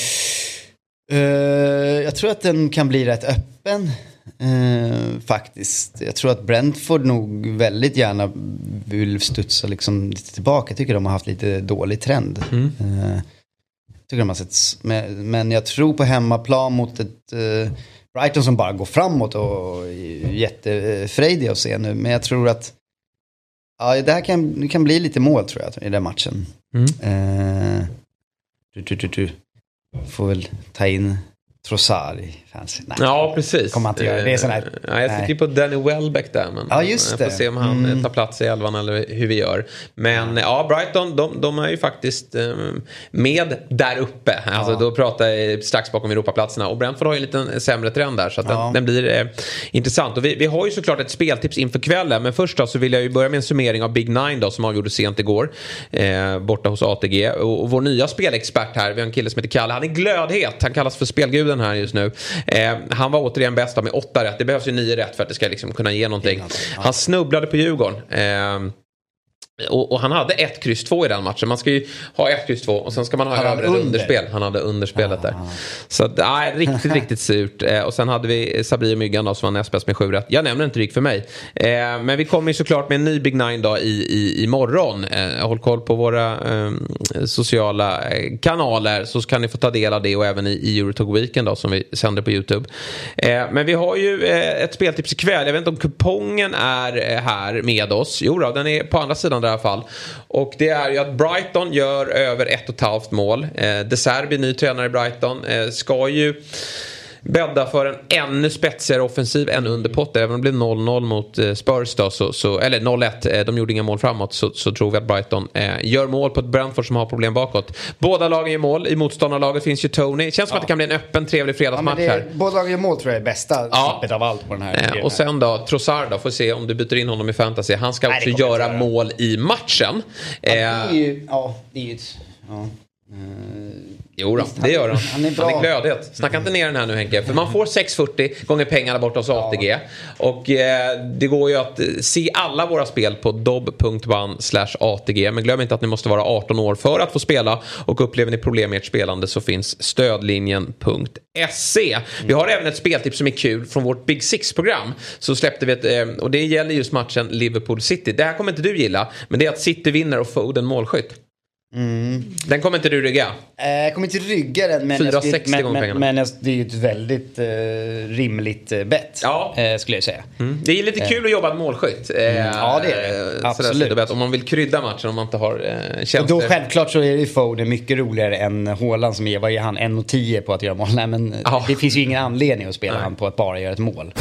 Uh, jag tror att den kan bli rätt öppen. Uh, faktiskt. Jag tror att Brentford nog väldigt gärna vill studsa liksom lite tillbaka. Jag tycker de har haft lite dålig trend. Mm. Uh, tycker de har sett, men, men jag tror på hemmaplan mot ett uh, Brighton som bara går framåt och är jättefrejdiga att se nu. Men jag tror att ja, det här kan, det kan bli lite mål, tror jag, i den matchen. Mm. Uh, du, du, du, du. Får väl ta in Trossard i fancy. Nej, ja, precis. Kommer man inte göra. Det är sån här, ja, jag sitter ju på Danny Welbeck där. Men ja, just jag det. får se om han mm. tar plats i elvan eller hur vi gör. Men ja, Brighton, de, de är ju faktiskt um, med där uppe. Alltså, ja. Då pratar jag strax bakom Europaplatserna. Och Brentford har ju en liten sämre trend där. Så att ja. den, den blir eh, intressant. Och vi, vi har ju såklart ett speltips inför kvällen. Men först då så vill jag ju börja med en summering av Big Nine då, som avgjorde sent igår. Eh, borta hos A T G. Och, och vår nya spelexpert här, vi har en kille som heter Kalle. Han är glödhet. Han kallas för spelguden här just nu. Eh, han var återigen bästa med åtta rätt. Det behövs ju nio rätt för att det ska liksom kunna ge någonting. Han snubblade på Djurgården. Eh, Och, och han hade ett kryss två i den matchen. Man ska ju ha ett kryss två och sen ska man ha över eller underspel. Han hade underspelet ah, där. Ah. Så nej, riktigt, riktigt surt. Eh, och sen hade vi Sabri och Myggan då, som var näst bäst med sju rätt. Jag nämner inte rik för mig. Eh, men vi kommer ju såklart med en ny Big Nine då i, i, i morgon. Eh, håll koll på våra eh, sociala kanaler så kan ni få ta del av det och även i, i Eurotog Weekend då, som vi sänder på YouTube. Eh, men vi har ju eh, ett speltips ikväll. Jag vet inte om kupongen är här med oss. Jo då, den är på andra sidan i alla fall. Och det är ju att Brighton gör över ett och ett halvt mål. Eh, De Serbi, ny tränare i Brighton, eh, ska ju bädda för en ännu spetsigare offensiv än under Potter. Även om det blev noll noll mot eh, Spurs då, så, så, eller noll ett, eh, de gjorde inga mål framåt, så, så tror vi att Brighton eh, gör mål på ett Brentford som har problem bakåt. Båda lagen gör mål. I motståndarlaget finns ju Tony. Känns som ja. att det kan bli en öppen, trevlig fredagsmatch ja, här. Båda lagen gör mål tror jag är bästa ja. tippet av allt på den här. Eh, och sen då, Trossard då, får se om du byter in honom i fantasy. Han ska Nej, också göra mål i matchen. Ja, eh, det är ju, ja, det är ju ett, ja. Mm. Jo då, det gör han. Han är, bra. Han är glödhet. Snacka inte ner den här nu, Henke. För man får sex fyrtio gånger pengarna bort hos A T G. Ja. Och eh, det går ju att se alla våra spel på dobb punkt one slash A T G. Men glöm inte att ni måste vara arton år för att få spela. Och upplever ni problem med ert spelande så finns stödlinjen punkt se. Vi har även ett speltips som är kul från vårt Big Six-program. Så släppte vi ett, eh, och det gäller just matchen Liverpool City. Det här kommer inte du gilla. Men det är att City vinner och Foden målskytt. Mm. Den kommer inte du rygga? Eh, jag kommer inte rygga den, men, jag skulle, men, men, men jag, det är ju ett väldigt eh, rimligt eh, bett, ja. eh, skulle jag säga. Mm. Det är lite kul eh. att jobba med målskytt. Eh, mm. Ja, det är det. Absolut. Där, om man vill krydda matchen, om man inte har eh, tjänster. Och då självklart så är det Foden mycket roligare än Haaland som är, vad är han, en och tio på att göra mål. Nej, men ja. Det finns ju ingen anledning att spela Nej. han på att bara göra ett mål.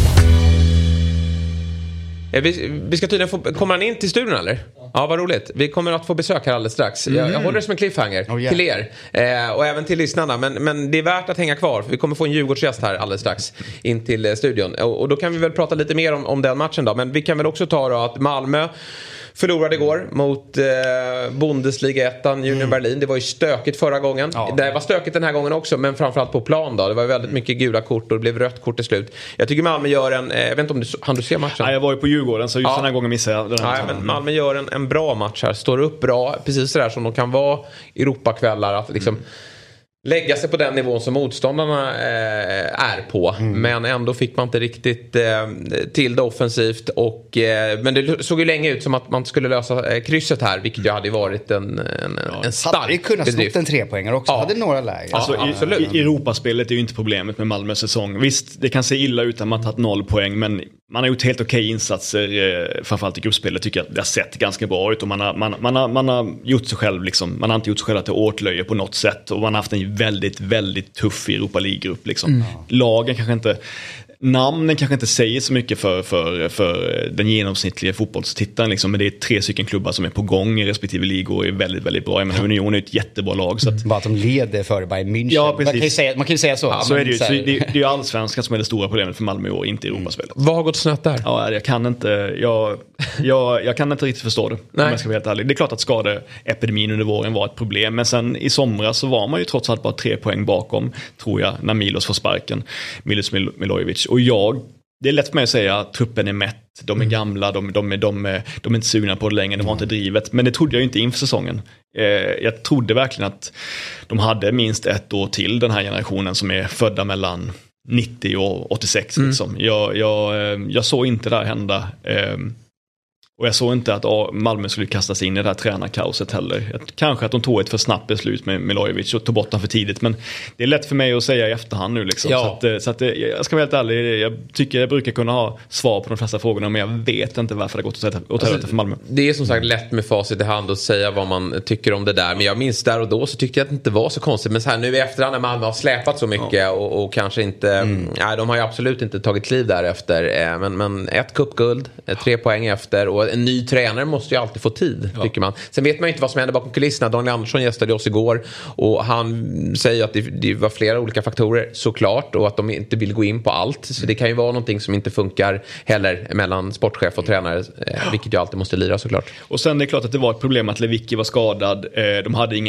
Vi, vi ska tydligen få, kommer han in till studion eller? Ja. ja, vad roligt. Vi kommer att få besök här alldeles strax. Mm. Jag, jag håller det som en cliffhanger oh, yeah. till er. Eh, och även till lyssnarna. Men, men det är värt att hänga kvar. För vi kommer få en Djurgårdsgäst här alldeles strax in till eh, studion. Och, och då kan vi väl prata lite mer om, om den matchen då. Men vi kan väl också ta då att Malmö förlorade igår mot eh, Bundesliga-ettan Union mm. Berlin. Det var ju stökigt förra gången. Ja. Det var stökigt den här gången också, men framförallt på plan då. Det var väldigt mycket gula kort och det blev rött kort till slut. Jag tycker Malmö gör en, eh, jag vet inte om du, han du ser matchen? Nej, jag var ju på Djurgården så just ja. den här gången missade jag den här. Nej, men Malmö gör en, en bra match här. Står upp bra, precis sådär som de kan vara Europakvällar. Att liksom mm. lägga sig på den nivån som motståndarna eh, är på. Mm. Men ändå fick man inte riktigt eh, till det offensivt. Och, eh, men det såg ju länge ut som att man skulle lösa eh, krysset här. Vilket ju hade varit en, en, ja. en stark hade det kunnat slå en trepoängare också. Ja. Hade några lägen. Alltså, ja, absolut. I, i Europaspelet är ju inte problemet med Malmös säsong. Visst, det kan se illa ut att man tagit noll poäng. Men man har gjort helt okej insatser. Eh, framförallt i gruppspelet tycker jag att det har sett ganska bra ut. Och man har, man, man har, man har gjort sig själv liksom. Man har inte gjort sig själv till åtlöje på något sätt. Och man har haft en väldigt, väldigt tuff Europa League-grupp liksom. Mm. Lagen kanske inte, namnen kanske inte säger så mycket för, för, för den genomsnittliga fotbollstittaren liksom, men det är tre stycken klubbar som är på gång i respektive ligor och är väldigt, väldigt bra. Jag menar, Union är ett jättebra lag. Så att... Bara att de leder före Bayern München. Ja, precis. Man kan ju säga, man kan ju säga så. Ja, så är det ju. Så det, det är ju allsvenskan som är det stora problemet för Malmö och inte Europaspelet. Mm. Vad har gått snett där? Ja, jag kan inte, jag, jag, jag kan inte riktigt förstå det. Nej. Om jag ska vara helt ärlig. Det är klart att skadeepidemin under våren var ett problem, men sen i somras så var man ju trots allt bara tre poäng bakom, tror jag, när Milos får sparken. Milos Milojevic. Och jag, det är lätt för mig att säga att truppen är mätt, de är gamla, de, de, de, de, de är inte sugna på det längre, de har inte drivet. Men det trodde jag inte inför säsongen. Eh, jag trodde verkligen att de hade minst ett år till, den här generationen som är födda mellan nittio och åttiosex. Mm. Liksom. Jag, jag, jag såg inte det här hända. Eh, Och jag såg inte att Malmö skulle kastas in i det här tränarkaoset heller. Kanske att de tog ett för snabbt beslut med Milojevic och tog bort han för tidigt. Men det är lätt för mig att säga i efterhand nu. Liksom. Ja. Så, att, så att jag ska vara helt ärlig. Jag tycker jag brukar kunna ha svar på de flesta frågorna. Men jag vet inte varför det gått åt åt alltså, för Malmö. Det är som sagt lätt med facit i hand att säga vad man tycker om det där. Men jag minns där och då så tyckte jag att det inte var så konstigt. Men så här nu i efterhand när Malmö har släpat så mycket. Ja. Och, och kanske inte... Mm. Nej, de har ju absolut inte tagit kliv därefter. Men, men ett cupguld, tre poäng efter. Och en ny tränare måste ju alltid få tid, ja. tycker man. Sen vet man ju inte vad som händer bakom kulisserna. Daniel Andersson gästade oss igår och han säger att det, det var flera olika faktorer såklart och att de inte vill gå in på allt. Så det kan ju vara någonting som inte funkar heller mellan sportchef och tränare, eh, vilket ju alltid måste lira såklart. Och sen är det klart att det var ett problem att Lewicki var skadad. Eh, de hade ingen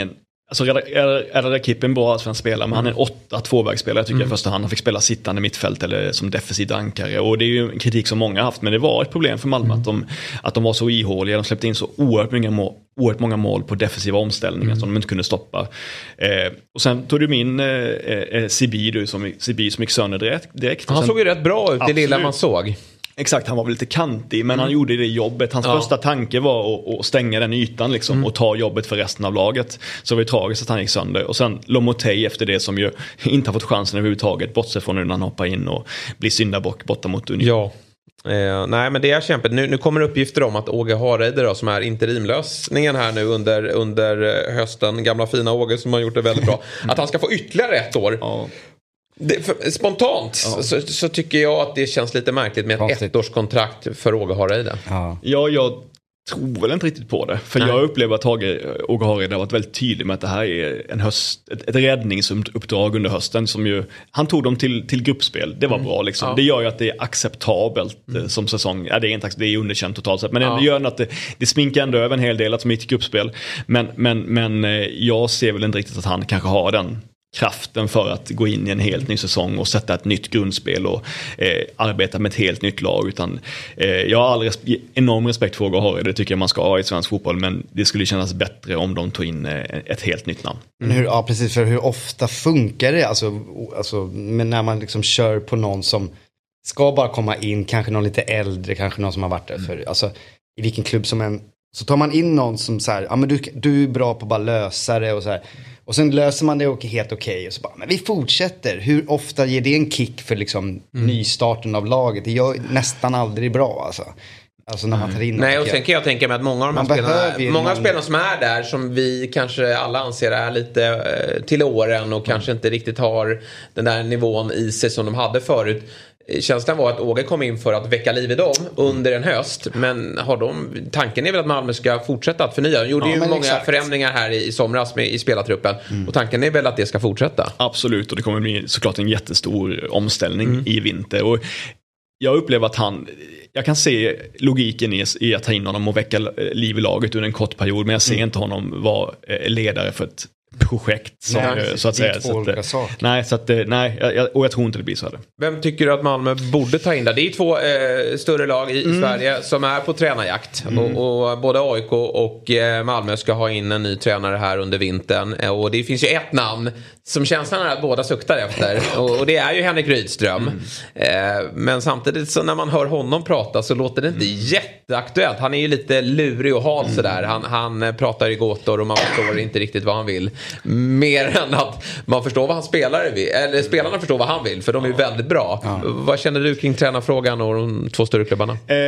Alltså Erdal Kipp är en bra svensk spelare, men han är en åtta tvåvägsspelare tycker mm. jag i första hand. Han fick spela sittande mittfält eller som defensiv ankare, och det är ju en kritik som många har haft, men det var ett problem för Malmö mm. att, de, att de var så ihåliga. De släppte in så oerhört många mål, oerhört många mål på defensiva omställningar mm. som de inte kunde stoppa. Eh, och sen tog du min eh, eh, Sibi, du, som, Sibi som gick sönder direkt. direkt. Han sen, såg ju rätt bra ut, det lilla man såg. Exakt, han var väl lite kantig, men mm. han gjorde det jobbet. Hans ja. första tanke var att, att stänga den ytan liksom, mm. och ta jobbet för resten av laget. Så det var tragiskt att han gick sönder. Och sen Lomotey efter det, som ju inte har fått chansen överhuvudtaget, bortsett från nu när han hoppar in och blir syndabock borta mot Union. Ja. Eh, nej, men det är kämpigt. Nu, nu kommer uppgifter om att Åge Hareide då, som är interimlösningen här nu under, under hösten, gamla fina Åge som har gjort det väldigt bra, att han ska få ytterligare ett år. Ja. Det, för, spontant ja. så, så tycker jag att det känns lite märkligt med ett Konstigt. ettårskontrakt för Åge Hareide. Ja. ja, jag tror väl inte riktigt på det. För Nej. jag upplever att Åge Hareide har varit väldigt tydlig med att det här är en höst, ett, ett räddningsuppdrag under hösten. Som ju, han tog dem till, till gruppspel. Det var mm. bra liksom. Ja. Det gör ju att det är acceptabelt mm. som säsong. Ja, det är inte det är underkänt totalt sett. Men ja. det gör att det, det sminkar ändå över en hel del att som är ett gruppspel. Men, men, men jag ser väl inte riktigt att han kanske har den kraften för att gå in i en helt ny säsong och sätta ett nytt grundspel och eh, arbeta med ett helt nytt lag, utan eh, jag har all res- enorm respekt för Åge Hareide, det tycker jag man ska ha i svensk fotboll, men det skulle kännas bättre om de tog in eh, ett helt nytt namn. Men hur, ja, precis, för hur ofta funkar det alltså, alltså, men när man liksom kör på någon som ska bara komma in, kanske någon lite äldre, kanske någon som har varit där för, alltså i vilken klubb som än, så tar man in någon som så här, ja men du, du är bra på att bara lösa det och så här. Och sen löser man det och är helt okej. Okay, och så bara, men vi fortsätter. Hur ofta ger det en kick för liksom mm. nystarten av laget? Det gör nästan aldrig bra alltså. Alltså när man tar in mm. Nej, och sen kan jag tänka mig att många av de här spelarna, många någon... spelarna som är där, som vi kanske alla anser är lite eh, till åren och mm. kanske inte riktigt har den där nivån i sig som de hade förut. Känslan var att Åge kom in för att väcka liv i dem under en höst. Men har de, tanken är väl att Malmö ska fortsätta att förnya. De gjorde ja, ju många exakt. förändringar här i, i somras med, i spelartruppen. Mm. Och tanken är väl att det ska fortsätta. Absolut, och det kommer bli såklart en jättestor omställning mm. i vinter. Och jag upplever att han... Jag kan se logiken i, i att ta in honom och väcka liv i laget under en kort period. Men jag ser mm. inte honom vara ledare för ett projekt som, nej, så att säga. Så att, nej, så att, nej, jag, och jag tror inte det blir så här. Vem tycker du att Malmö borde ta in där? Det är två eh, större lag i mm. Sverige som är på tränarjakt. Mm. Och, och både A I K och eh, Malmö ska ha in en ny tränare här under vintern. Och det finns ju ett namn som känslan är att båda suktar efter. Och, och det är ju Henrik Rydström. Mm. Eh, men samtidigt så när man hör honom prata så låter det inte mm. jätteaktuellt. Han är ju lite lurig och hal mm. sådär. Han, han pratar i gåtor och man förstår inte riktigt vad han vill. Mer än att man förstår vad han spelar vill. Eller spelarna förstår vad han vill, för de är väldigt bra. Ja. Vad känner du kring tränarfrågan och de två större klubbarna? Eh,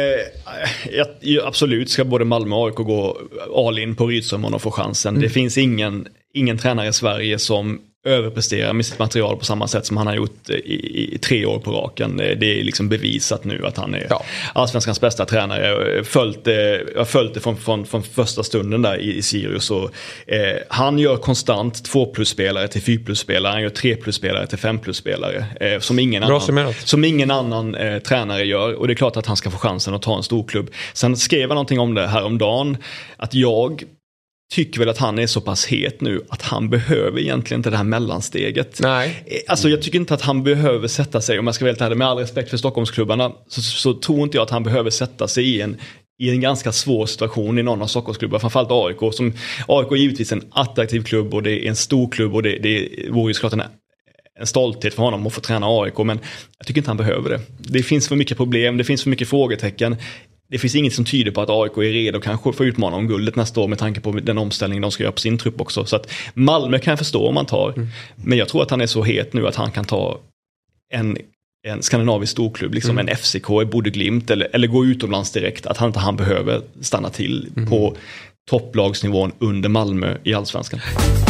jag, absolut ska både Malmö och A I K gå all in på Rydström om de får chansen. Mm. Det finns ingen, ingen tränare i Sverige som överpresterar med sitt material på samma sätt som han har gjort i, i tre år på raken. Det är liksom bevisat nu att han är ja. allsvenskans bästa tränare. Jag har följt det, jag har följt det från, från, från första stunden där i, i Sirius. Och, eh, han gör konstant två plus-spelare till fyra plus-spelare. Han gör tre plus-spelare till fem plus-spelare. Eh, som ingen Bra annan, som ingen annan eh, tränare gör. Och det är klart att han ska få chansen att ta en stor klubb. Sen skrev jag någonting om det här om dagen. Att jag tycker väl att han är så pass het nu att han behöver egentligen inte det här mellansteget. Nej. Alltså jag tycker inte att han behöver sätta sig, om jag ska vara helt ärlig, med all respekt för Stockholmsklubbarna, så, så tror inte jag att han behöver sätta sig i en, i en ganska svår situation i någon av Stockholmsklubbar, framförallt A I K. Som, A I K är givetvis en attraktiv klubb och det är en stor klubb och det, det vore ju såklart en, en stolthet för honom att få träna A I K, men jag tycker inte han behöver det. Det finns för mycket problem, det finns för mycket frågetecken. Det finns inget som tyder på att A I K är redo kanske för att utmana om guldet nästa år med tanke på den omställning de ska göra på sin trupp också. Så att Malmö kan jag förstå om man tar. Mm. Men jag tror att han är så het nu att han kan ta en, en skandinavisk storklubb, liksom mm. en F C K, Bodø Glimt eller, eller gå utomlands direkt. Att han inte han behöver stanna till mm. på topplagsnivån under Malmö i Allsvenskan.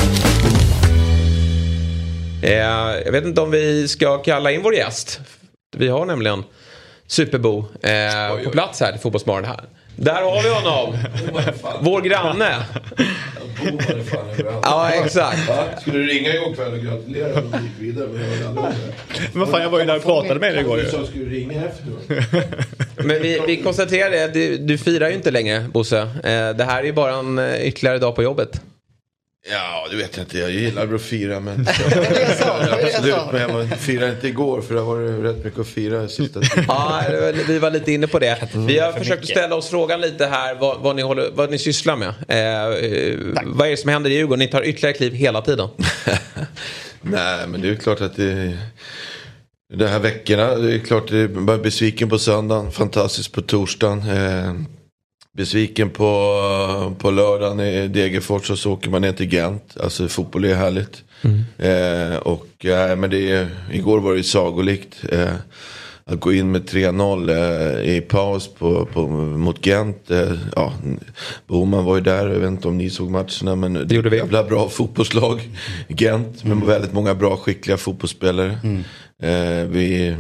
Eh, jag vet inte om vi ska kalla in vår gäst. Vi har nämligen Superbo eh, på plats här till Fotbollsmorgon här. Där har vi honom. Vår granne. Ja, exakt. Skulle du ringa igår kväll och gratulera och gick vidare? Men vad fan, jag var ju där och pratade med dig igår. Du sa skulle du ringa efter. Men vi, vi konstaterar det, du, du firar ju inte längre, Bosse. Eh, det här är ju bara en ytterligare dag på jobbet. Ja, du vet inte. Jag gillar att fira, men absolut, men jag firade inte igår för det var rätt mycket att fira sista tiden. Ja, vi var lite inne på det. Vi har försökt att ställa oss frågan lite här vad, vad, ni, håller, vad ni sysslar med. Eh, vad är det som händer i Djurgården? Ni tar ytterligare kliv hela tiden. Nej, men det är klart att det de här veckorna, det är klart att det är besviken på söndagen, fantastiskt på torsdagen. Eh, Besviken på, på lördagen i Degerfors, och så åker man ner till Gent. Alltså fotboll är härligt. Mm. Eh, och eh, men det är, igår var det sagolikt. Eh, att gå in med tre noll eh, i paus på, på, mot Gent. Eh, ja, Boman var ju där, jag vet inte om ni såg matcherna. Men det gjorde vi. Jävla bra fotbollslag. Gent med mm. väldigt många bra, skickliga fotbollsspelare. Mm. Eh, vi,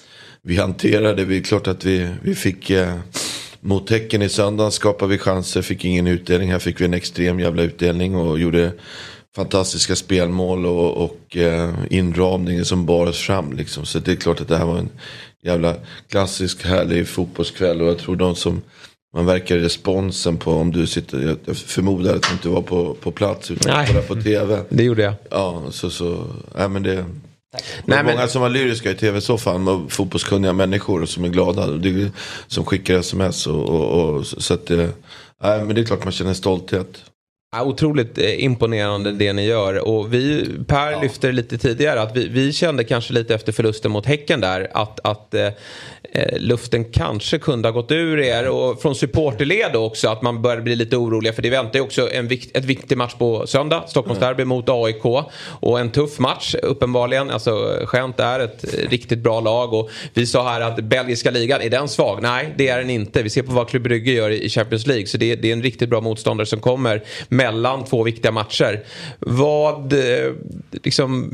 vi hanterade, det är klart att vi, vi fick... Eh, Mot Häcken i söndagen skapade vi chanser, fick ingen utdelning. Här fick vi en extrem jävla utdelning och gjorde fantastiska spelmål och, och eh, inramningen som bar oss fram liksom. Så det är klart att det här var en jävla klassisk härlig fotbollskväll, och jag tror de som man verkar responsen på, om du sitter, jag förmodar att du inte var på, på plats utan bara på tv. Det gjorde jag. Ja, så så, nej men det... Det är många men... som var lyriska i tv-soffan och fotbollskunniga människor som är glada, det, som skickar sms och, och, och så att det, nej, men det är klart man känner stolthet. Ja, otroligt imponerande det ni gör, och vi, Per ja. lyfter lite tidigare att vi, vi kände kanske lite efter förlusten mot Häcken där att, att eh, luften kanske kunde ha gått ur er, och från supporterled också att man började bli lite oroliga, för det väntar ju också en vikt, ett viktig match på söndag, Stockholmsderby mot A I K, och en tuff match uppenbarligen. Alltså Gent är ett riktigt bra lag, och vi sa här att belgiska ligan, är den svag? Nej, det är den inte. Vi ser på vad Club Brygge gör i Champions League, så det, det är en riktigt bra motståndare som kommer mellan två viktiga matcher. Vad liksom,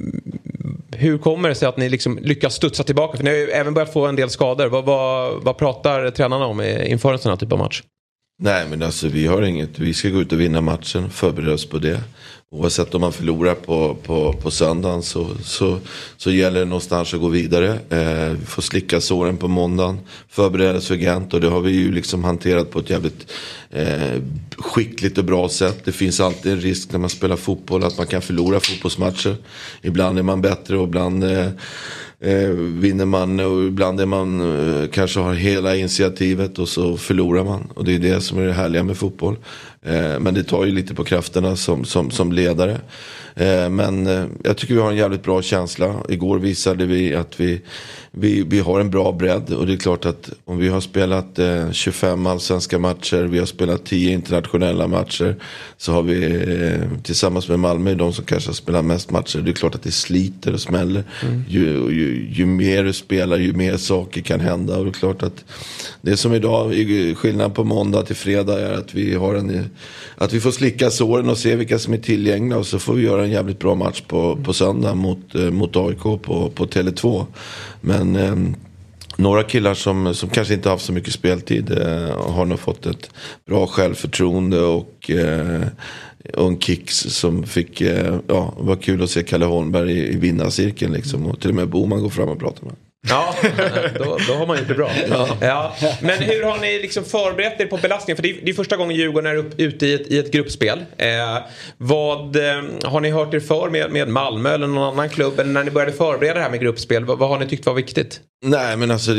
hur kommer det sig att ni liksom lyckas studsa tillbaka? För ni har ju även börjat få en del skador. Vad, vad, vad pratar tränarna om inför en sån här typ av match? Nej, men alltså vi har inget. Vi ska gå ut och vinna matchen, förbereda oss på det. Oavsett om man förlorar på, på, på söndagen så, så, så gäller det någonstans att gå vidare. Eh, vi får slicka såren på måndagen, förbereda oss för Gent, och det har vi ju liksom hanterat på ett jävligt eh, skickligt och bra sätt. Det finns alltid en risk när man spelar fotboll att man kan förlora fotbollsmatcher. Ibland är man bättre och ibland eh, eh, vinner man, och ibland är man eh, kanske har hela initiativet och så förlorar man. Och det är det som är det härliga med fotboll. Eh, men det tar ju lite på krafterna som, som, som ledare. Eh, men eh, jag tycker vi har en jävligt bra känsla. Igår visade vi att vi, vi, vi har en bra bredd, och det är klart att om vi har spelat eh, tjugofem allsvenska matcher, vi har spelat tio internationella matcher, så har vi eh, tillsammans med Malmö de som kanske har spelat mest matcher. Det är klart att det sliter och smäller. Mm. Ju, ju, ju mer du spelar, ju mer saker kan hända, och det är klart att det som idag, skillnad på måndag till fredag, är att vi har en, att vi får slicka såren och se vilka som är tillgängliga, och så får vi göra en jävligt bra match på, på söndag mot, mot A I K på, på Tele två. Men eh, några killar som, som kanske inte haft så mycket speltid eh, har nog fått ett bra självförtroende och, eh, och en kicks som fick, eh, ja, var kul att se Kalle Holmberg i, i vinnarcirkeln liksom, och till och med Boman går fram och pratar med. Ja, då, då har man gjort det bra. Ja. Ja. Men hur har ni liksom förberett er på belastningen? För det är, det är första gången Djurgården är upp, ute i ett, i ett gruppspel. Eh, vad eh, har ni hört er för med, med Malmö eller någon annan klubb? Eller när ni började förbereda det här med gruppspel, vad, vad har ni tyckt var viktigt? Nej, men alltså det,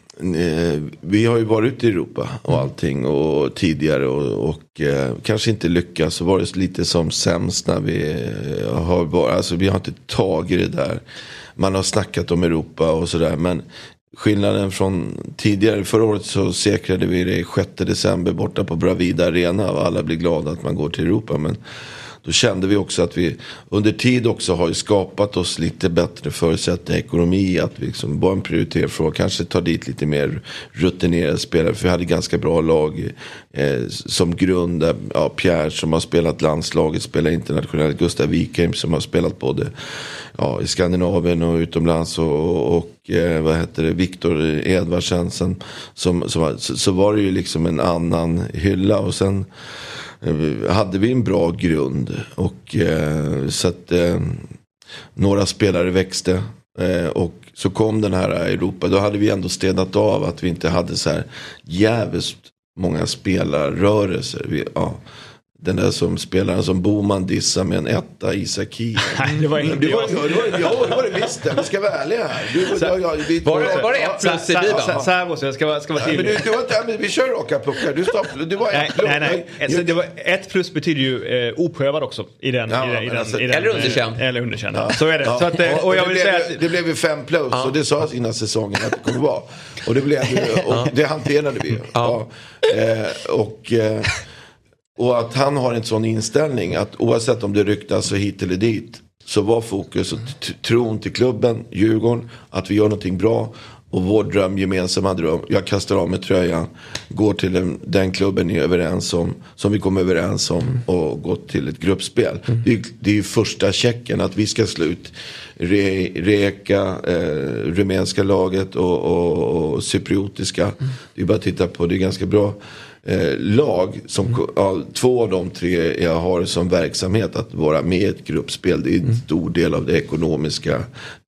eh, vi har ju varit ute i Europa och allting och tidigare och, och eh, kanske inte lyckats, och varit lite som sämst när vi eh, har varit, alltså vi har inte tagit det där. Man har snackat om Europa och sådär, men skillnaden från tidigare, förra året så säkrade vi det sjätte december borta på Bravida Arena, och alla blir glada att man går till Europa, men då kände vi också att vi under tid också har skapat oss lite bättre förutsättningar ekonomi, att vi liksom var en prioriterad fråga, kanske ta dit lite mer rutinerade spelare, för vi hade ganska bra lag eh, som grund, ja, Pierre som har spelat landslaget, spelar internationellt, Gustav Wikheim som har spelat både ja, i Skandinavien och utomlands, och, och eh, vad heter det, Viktor Edvardsen som, som, som, så, så var det ju liksom en annan hylla, och sen hade vi en bra grund, och eh, så att eh, några spelare växte, eh, och så kom den här Europa, då hade vi ändå städat av att vi inte hade så här jävligt många spelarrörelser. Vi, ja, Den där som spelaren som Boman dissar med en etta, Isak Hien. Nej, det var inte det var, jag. det var, det var, ja, det var det visst. Vi ska vara ärliga här. Du, Så- ja, ja, vi, Var det, var det ett plus i Så, bilen? så, så här måste jag, ska vara, ska vara Nej, men tydlig. du, du var inte, men vi kör raka puckar. Du stopp, du var Nej, ett plus. nej, nej. Alltså, det var, ett plus betyder ju eh, oprövad också i den, Ja, i den, i men den, alltså- i den Eller underkänd. Eller underkänd. Ja. Så är det. Ja. Så att, eh, och jag det vill blev, säga att det blev ju fem plus Ja. och det sades innan säsongen att det kommer vara. Och det blev ju- och det hanterade vi. Ja. Eh, och, eh, och att han har en sån inställning att oavsett om det ryktas så hit eller dit så var fokus och t- tron till klubben, Djurgården, att vi gör någonting bra. Och vår dröm, gemensamma dröm, jag kastar av med tröjan, går till den, den klubben ni är överens om, som vi kom överens om och gått till ett gruppspel. Mm. Det, är, det är ju första checken att vi ska slå ut Re, Reka, eh, rumänska laget och, och, och cypriotiska. Mm. Det är bara att titta på, det är ganska bra eh, lag. Som, mm. ja, två av de tre jag har som verksamhet att vara med i ett gruppspel. Det är en mm. stor del av det ekonomiska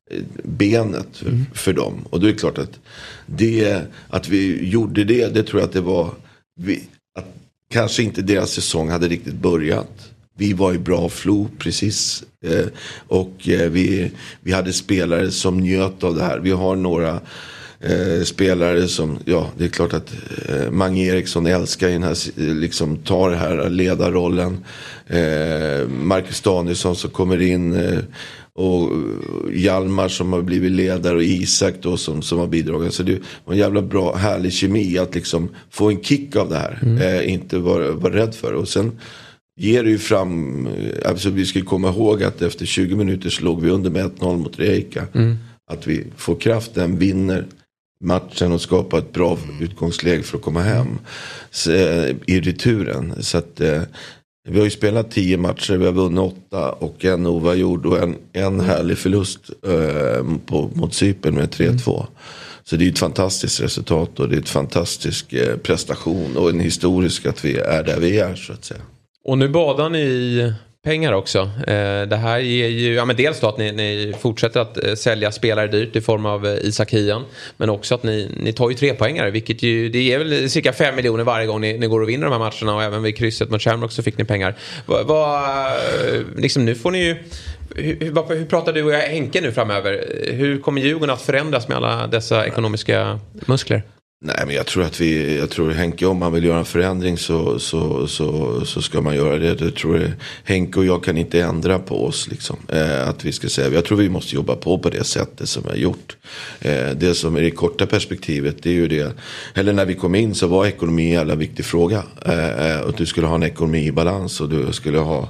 benet mm. för dem. Och då är det klart att det, att vi gjorde det, det tror jag att det var vi, att kanske inte deras säsong hade riktigt börjat. Vi var i bra flow precis eh, och eh, vi, vi hade spelare som njöt av det här. Vi har några eh, spelare som, ja det är klart att eh, Mange Eriksson älskar den här, liksom tar det här ledarrollen. Eh, Marcus Danielsson som kommer in eh, och Hjalmar som har blivit ledare och Isak då som, som har bidragit. Så det var en jävla bra, härlig kemi att liksom få en kick av det här. Mm. Eh, inte vara, vara rädd för det. Och sen ger det ju fram, alltså vi ska komma ihåg att efter tjugo minuter slog vi under med ett noll mot Rijeka. Mm. Att vi får kraften, vinner matchen och skapar ett bra utgångsläge för att komma hem så, eh, i returen. Så att eh, vi har ju spelat tio matcher, vi har vunnit åtta och en oavgjord och en, en härlig förlust eh, på, mot Cypern med tre två. Mm. Så det är ett fantastiskt resultat och det är ett fantastisk eh, prestation och en historisk att vi är där vi är så att säga. Och nu badar ni i pengar också. Eh, det här ger ju, ja men dels då att ni, ni fortsätter att eh, sälja spelare dyrt i form av eh, Isak Hien. Men också att ni, ni tar ju tre poängare, vilket ju, det är väl cirka fem miljoner varje gång ni, ni går och vinner de här matcherna. Och även vid krysset mot Shamrock så fick ni pengar. Vad, vad, liksom nu får ni ju, hur, hur, hur pratar du och jag Henke nu framöver? Hur kommer Djurgården att förändras med alla dessa ekonomiska muskler? Nej men jag tror att vi, jag tror Henke om man vill göra en förändring så, så, så, så ska man göra det. Jag tror det, Henke och jag kan inte ändra på oss liksom. Eh, att vi ska säga, jag tror vi måste jobba på på det sättet som vi har gjort. Eh, det som är det korta perspektivet det är ju det, eller när vi kom in så var ekonomi en jävla viktig fråga. Eh, och du skulle ha en ekonomi i balans och du skulle ha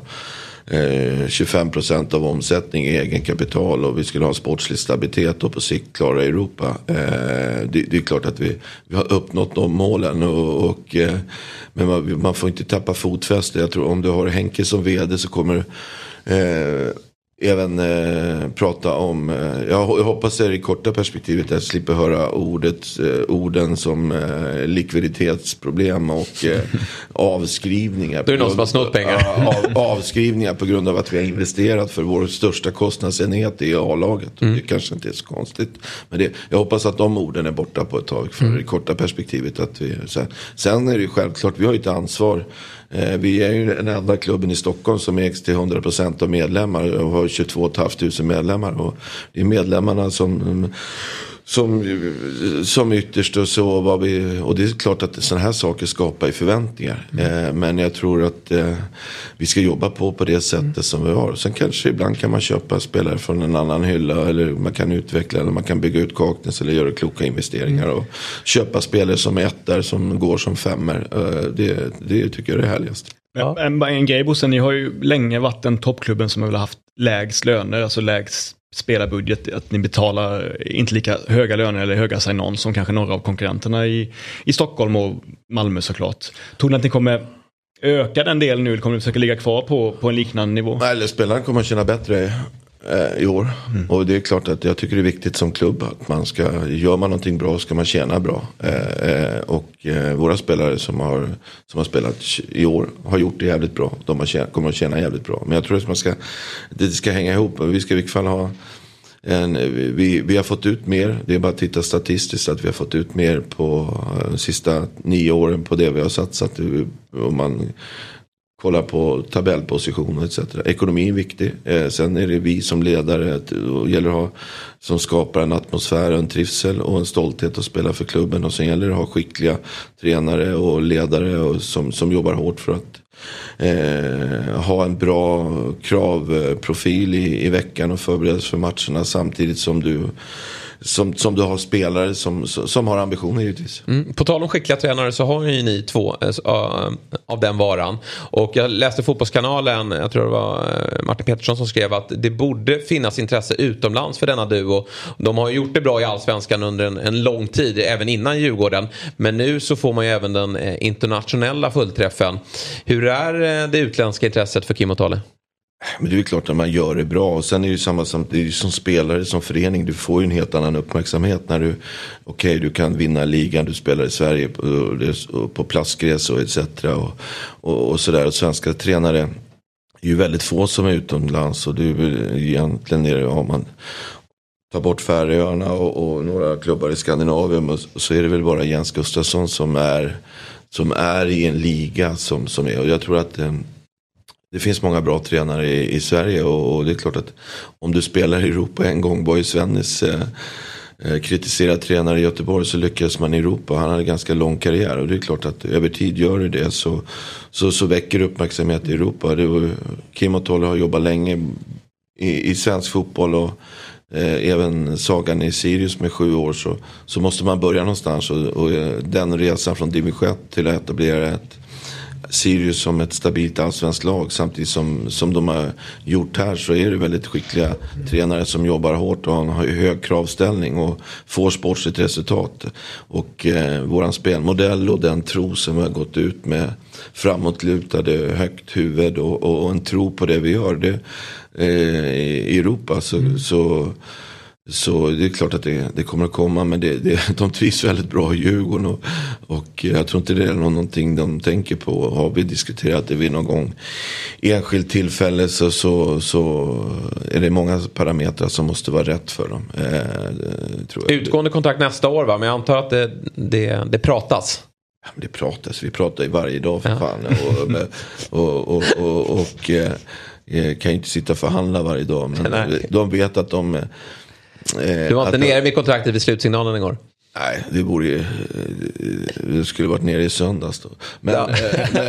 Eh, tjugofem procent av omsättning i egen kapital och vi skulle ha sportslig stabilitet och på sikt klara Europa. Eh, det, det är klart att vi, vi har uppnått de målen och, och eh, men man, man får inte tappa fotfäste. Jag tror om du har Henke som vd så kommer eh, även eh, prata om eh, jag, jag hoppas det är i korta perspektivet att jag slipper höra ordet, eh, orden som eh, likviditetsproblem och eh, avskrivningar. Då är det någon som har snott pengar. Av, avskrivningar på grund av att vi har investerat för vår största kostnadsenhet i A-laget. Mm. Det kanske inte är så konstigt. Men det, jag hoppas att de orden är borta på ett tag för mm. det korta perspektivet. Att vi, sen, sen är det självklart, vi har ju ett ansvar. Eh, vi är ju den enda klubben i Stockholm som ägs till hundra procent av medlemmar och har tjugotvå tusen medlemmar. Och det är medlemmarna som... Som, som ytterst och så var vi, och det är klart att sådana här saker skapar förväntningar. Mm. Eh, men jag tror att eh, vi ska jobba på på det sättet mm. som vi har. Sen kanske ibland kan man köpa spelare från en annan hylla eller man kan utveckla eller man kan bygga ut Kaknäs eller göra kloka investeringar mm. och köpa spelare som ettor som går som femmer. Eh, det, det tycker jag är det härligaste. Ja. En, en grej Bosse, ni har ju länge varit den toppklubben som har väl haft lägst löner, alltså lägst spelarbudget, att ni betalar inte lika höga löner eller höga sign-on som kanske några av konkurrenterna i, i Stockholm och Malmö såklart. Tror ni att ni kommer öka den delen nu eller kommer ni försöka ligga kvar på, på en liknande nivå? Nej, eller spelarna kommer att känna bättre eh, i år. Mm. Och det är klart att jag tycker det är viktigt som klubb att man ska, gör man någonting bra ska man tjäna bra. Eh, och eh, våra spelare som har, som har spelat i år har gjort det jävligt bra. De har tjäna, kommer att tjäna jävligt bra. Men jag tror att man ska, det ska hänga ihop. Vi ska i vilket fall ha en, vi, vi har fått ut mer. Det är bara att titta statistiskt att vi har fått ut mer på de sista nio åren på det vi har satsat. Om man kolla på tabellposition et cetera. Ekonomi är viktig. Eh, sen är det vi som ledare och gäller att ha, som skapar en atmosfär, en trivsel och en stolthet att spela för klubben. Och sen gäller det att ha skickliga tränare och ledare och som, som jobbar hårt för att eh, ha en bra kravprofil i, i veckan och förberedas för matcherna samtidigt som du Som, som du har spelare som, som har ambitioner givetvis. Mm. På tal om skickliga tränare så har ju ni två äh, av den varan. Och jag läste Fotbollskanalen, jag tror det var Martin Pettersson som skrev att det borde finnas intresse utomlands för denna duo. De har ju gjort det bra i Allsvenskan under en, en lång tid, även innan Djurgården. Men nu så får man ju även den eh, internationella fullträffen. Hur är det utländska intresset för Kim och Tale? Men det är ju klart att man gör det bra. Och sen är det ju samma som, det är ju som spelare, som förening. Du får ju en helt annan uppmärksamhet när du, okej, okay, du kan vinna ligan, du spelar i Sverige på, på plastgräs och et cetera. Och, och, och sådär. Och svenska tränare är ju väldigt få som är utomlands. Och du egentligen nere, ja, man tar bort Färöarna och, och några klubbar i Skandinavien. Och så är det väl bara Jens Gustafsson som är, som är i en liga som, som är. Och jag tror att det finns många bra tränare i, i Sverige och, och det är klart att om du spelar i Europa en gång, Boy Svennis eh, kritiserad tränare i Göteborg, så lyckas man i Europa. Han hade ganska lång karriär och det är klart att över tid gör det det så, så, så väcker uppmärksamhet i Europa. Det var, Kim och Tolle har jobbat länge i, i svensk fotboll och eh, även Sagan i Sirius med sju år så, så måste man börja någonstans och, och den resan från division ett till att etablera ett Sirius som ett stabilt allsvenskt lag samtidigt som, som de har gjort här, så är det väldigt skickliga tränare som jobbar hårt och har hög kravställning och får sportsligt resultat. Och eh, våran spelmodell och den tro som vi har gått ut med, framåtlutade, högt huvud och, och, och en tro på det vi gör det, eh, i Europa så, mm. så Så det är klart att det, det kommer att komma, men det, det, de trivs väldigt bra i Djurgården och, och jag tror inte det är någonting de tänker på. Har vi diskuterat det vid någon gång enskilt tillfälle så, så, så är det många parametrar som måste vara rätt för dem. Eh, tror jag. Utgående kontrakt nästa år, va? Men jag antar att det, det, det pratas. Ja, det pratas, vi pratar ju varje dag för ja. fan och, och, och, och, och, och eh, kan ju inte sitta och förhandla varje dag, men Nej. de vet att de Du var inte nere vid kontraktet vid slutsignalen igår? Nej, det borde ju, det skulle varit nere i söndags då. Men, ja. men,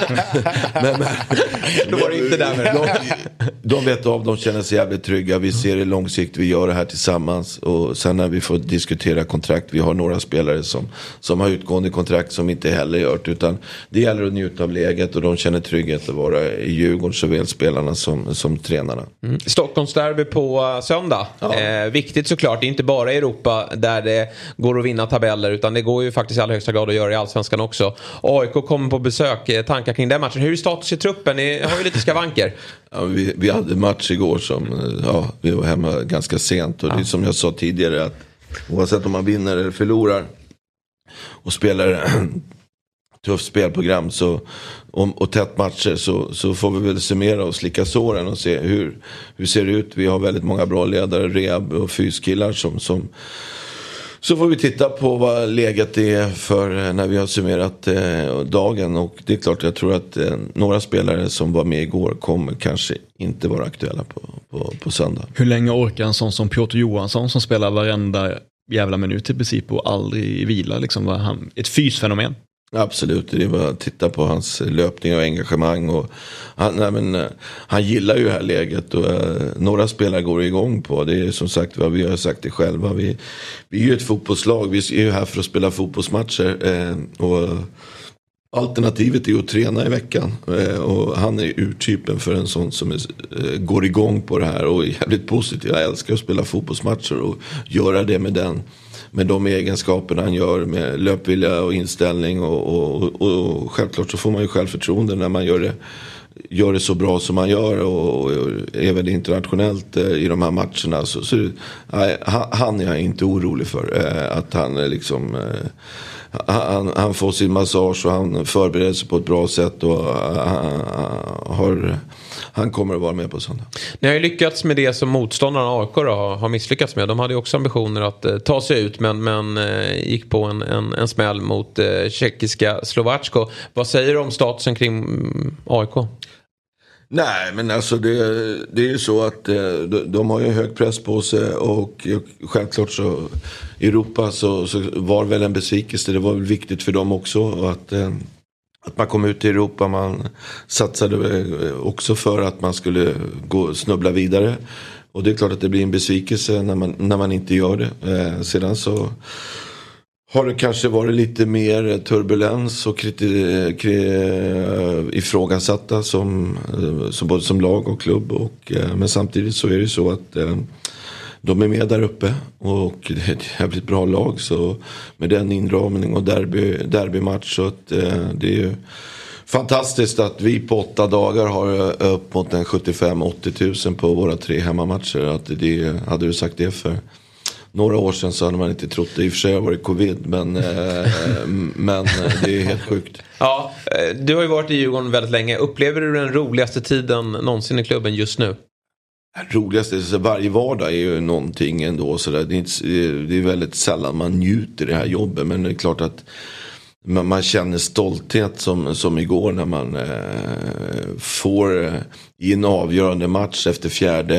men, men då var det inte där med de, de vet av, de känner sig jävligt trygga. Vi ser det långsiktigt, vi gör det här tillsammans. Och sen när vi får diskutera kontrakt, vi har några spelare som, som har utgående kontrakt som inte heller gjort. Utan det gäller att njuta av läget och de känner trygghet att vara i Djurgården, såväl spelarna som, som tränarna. Mm. Stockholmsderby på söndag. Ja. Eh, viktigt såklart, inte bara i Europa där det går att vinna tabeller, utan det går ju faktiskt i allra högsta grad att göra i Allsvenskan också. A I K kommer på besök, tankar kring den matchen. Hur är status i truppen? Ni har ju lite skavanker. Ja, vi, vi hade match igår som, ja, vi var hemma ganska sent och ja. Det är som jag sa tidigare att oavsett om man vinner eller förlorar och spelar tufft spelprogram så, om, och tätt matcher så, så får vi väl summera och slicka såren och se hur, hur ser det ut. Vi har väldigt många bra ledare, rehab och fyskillar som, som så får vi titta på vad läget är för när vi har summerat eh, dagen. Och det är klart, jag tror att eh, några spelare som var med igår kommer kanske inte vara aktuella på, på, på söndag. Hur länge orkar en sån som Piotr Johansson som spelar varenda jävla minut i princip och aldrig vila? Liksom, var han ett fysfenomen? Absolut, det var att titta på hans löpning och engagemang och han, nej men, han gillar ju det här läget och uh, några spelare går igång på det är som sagt vad vi har sagt det själva, vi, vi är ju ett fotbollslag, vi är ju här för att spela fotbollsmatcher eh, och uh, alternativet är att träna i veckan eh, och han är urtypen för en sån som är, eh, går igång på det här och är jävligt positiv. Jag älskar att spela fotbollsmatcher och göra det med den med de egenskaperna han gör med löpvilja och inställning och, och, och, och självklart så får man ju självförtroende när man gör det gör det så bra som han gör och är väl internationellt i de här matcherna, så, så nej, han är jag inte orolig för att han liksom han, han får sin massage och han förbereder sig på ett bra sätt och han, har, han kommer att vara med på söndag. Ni har ju lyckats med det som motståndarna A I K har, har misslyckats med. De hade ju också ambitioner att eh, ta sig ut men, men eh, gick på en, en, en smäll mot eh, tjeckiska Slovácko. Vad säger du om statusen kring mm, A I K? Nej, men alltså det, det är ju så att de, de har ju hög press på sig och självklart så i Europa så, så var väl en besvikelse. Det var väl viktigt för dem också att, att man kom ut i Europa. Man satsade också för att man skulle gå snubbla vidare. Och det är klart att det blir en besvikelse när man, när man inte gör det. Sedan så har det kanske varit lite mer turbulens och kriti- kri- ifrågasatta som, som både som lag och klubb. Och, men samtidigt så är det så att eh, de är med där uppe och det är ett jävligt bra lag. Så med den inramning och derby, derbymatch så att eh, det är ju fantastiskt att vi på åtta dagar har upp mot en sjuttiofem till åttio tusen på våra tre hemmamatcher. Att det, hade du sagt det för några år sedan så hade man inte trott det. I och för sig har det varit covid, men, eh, men det är helt sjukt. Ja, du har ju varit i Djurgården väldigt länge. Upplever du den roligaste tiden någonsin i klubben just nu? Roligaste, så varje vardag är ju någonting ändå. Så där. Det, är inte, det är väldigt sällan man njuter det här jobbet, men det är klart att man, man känner stolthet som, som igår när man eh, får eh, i en avgörande match efter fjärde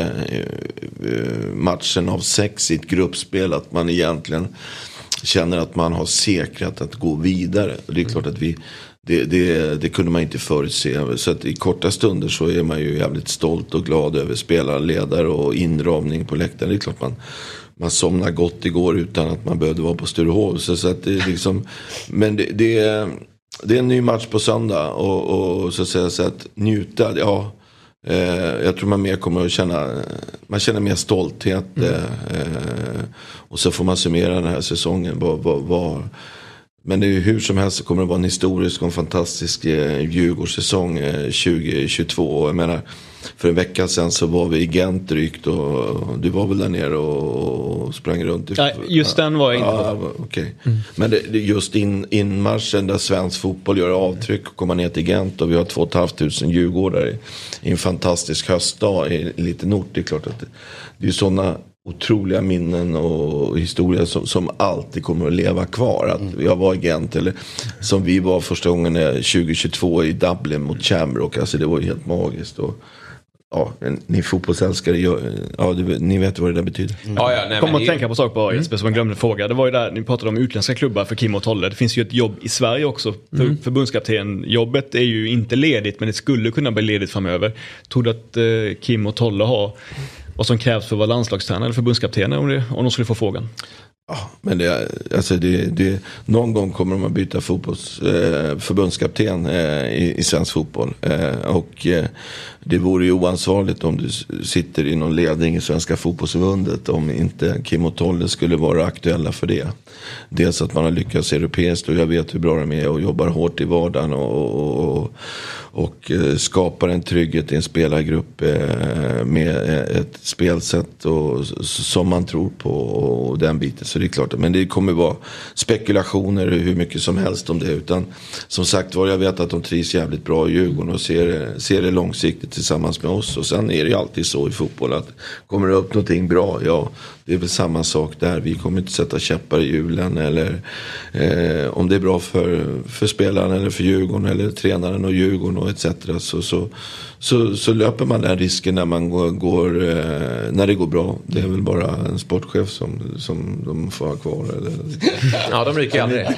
eh, matchen av sex i ett gruppspel att man egentligen känner att man har säkrat att gå vidare. Och det är klart att vi det, det, det kunde man inte förutse. Så att i korta stunder så är man ju jävligt stolt och glad över spelarledare och inramning på läktaren. Det är klart man Man somnade gott igår utan att man behövde vara på Sturehof. Så, så att det är liksom, men det, det, är, det är en ny match på söndag. Och, och så att säga så att njuta, ja. Eh, jag tror man mer kommer att känna, man känner mer stolthet. Mm. Eh, och så får man summera den här säsongen. Var, var, var. Men det är ju hur som helst så kommer det vara en historisk och en fantastisk eh, Djurgårdssäsong eh, tjugo tjugotvå. Och jag menar, för en vecka sedan så var vi i Gent drygt och du var väl där nere och sprang runt. Ja, just den var jag inte ja, på. Okay. Mm. Men det, det just in, inmarschen där svensk fotboll gör avtryck och kommer ner till Gent och vi har två och ett halvt tusen djurgårdare i, i en fantastisk höstdag i, i lite nord. Det är klart att det, det är ju sådana otroliga minnen och historier som, som alltid kommer att leva kvar. Att mm. jag var i Gent eller som vi var första gången tjugo tjugotvå i Dublin mot Shamrock. Alltså det var ju helt magiskt och ja, ni fotbollsälskare, ja, ni vet vad det där betyder. Mm. Ja, ja, nej, Kom att det... tänka på sak på Jesper som jag glömde fråga. Det var ju där ni pratade om utländska klubbar för Kim och Tolle. Det finns ju ett jobb i Sverige också. För, mm. förbundskapten. Jobbet är ju inte ledigt, men det skulle kunna bli ledigt framöver. Tror du att eh, Kim och Tolle har vad som krävs för att vara landslagstränare eller förbundskapten om, det, om de skulle få frågan? Ja, men det, alltså det, det, någon gång kommer de att byta fotbolls, eh, förbundskapten eh, i, i svensk fotboll. Eh, och eh, det vore ju oansvarigt om du sitter i någon ledning i Svenska fotbollsförbundet om inte Kim och Tolle skulle vara aktuella för det. Dels att man har lyckats europeiskt och jag vet hur bra de är och jobbar hårt i vardagen och, och, och, och skapar en trygghet i en spelargrupp eh, med ett spelsätt och, som man tror på och den biten. Så det är klart, men det kommer vara spekulationer hur mycket som helst om det. Utan som sagt var, jag vet att de trivs jävligt bra i Djurgården och ser, ser det långsiktigt tillsammans med oss. Och sen är det ju alltid så i fotboll att kommer det upp någonting bra, ja, det är väl samma sak där. Vi kommer inte sätta käppar i hjulen eller eh, om det är bra för, för spelaren eller för Djurgården eller tränaren och Djurgården och et cetera. Så, så, så, så löper man den risken när man går, går eh, när det går bra. Det är väl bara en sportchef som, som de får ha kvar. Eller? Ja, de rycker aldrig.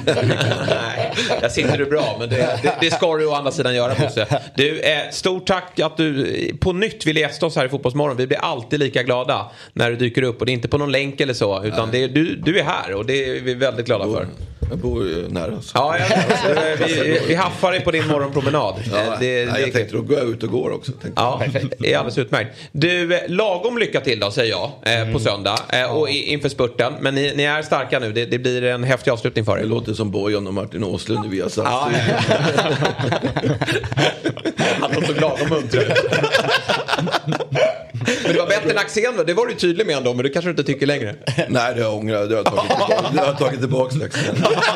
Nej, jag sitter du bra, men det, det, det ska du å andra sidan göra, Bosse. Du, eh, stort tack att du på nytt vill gästa oss här i Fotbollsmorgon. Vi blir alltid lika glada när du dyker upp och det är inte på någon länk eller så, utan det är, du, du är här och det är vi väldigt glada för. Jag bor ju nära. Så. Ja, jag, vi, vi haffar dig på din morgonpromenad. Ja, det, nej, det, jag tänkte då går jag ut och går också. Ja, det är alldeles utmärkt. Du, lagom lycka till då, säger jag, eh, Mm. på söndag. Eh, ja. Och inför spurten. Men ni, ni är starka nu. Det, det blir en häftig avslutning för er. Det låter som Bojan och Martin Åslund i Viasat. Ja, han var så glad och munter. Men det var bättre än Axén då. Det var du tydlig med ändå, men det kanske du inte tycker längre. Nej, det har jag ångrat. Det har jag tagit tillbaka, det har jag tagit tillbaka läxan.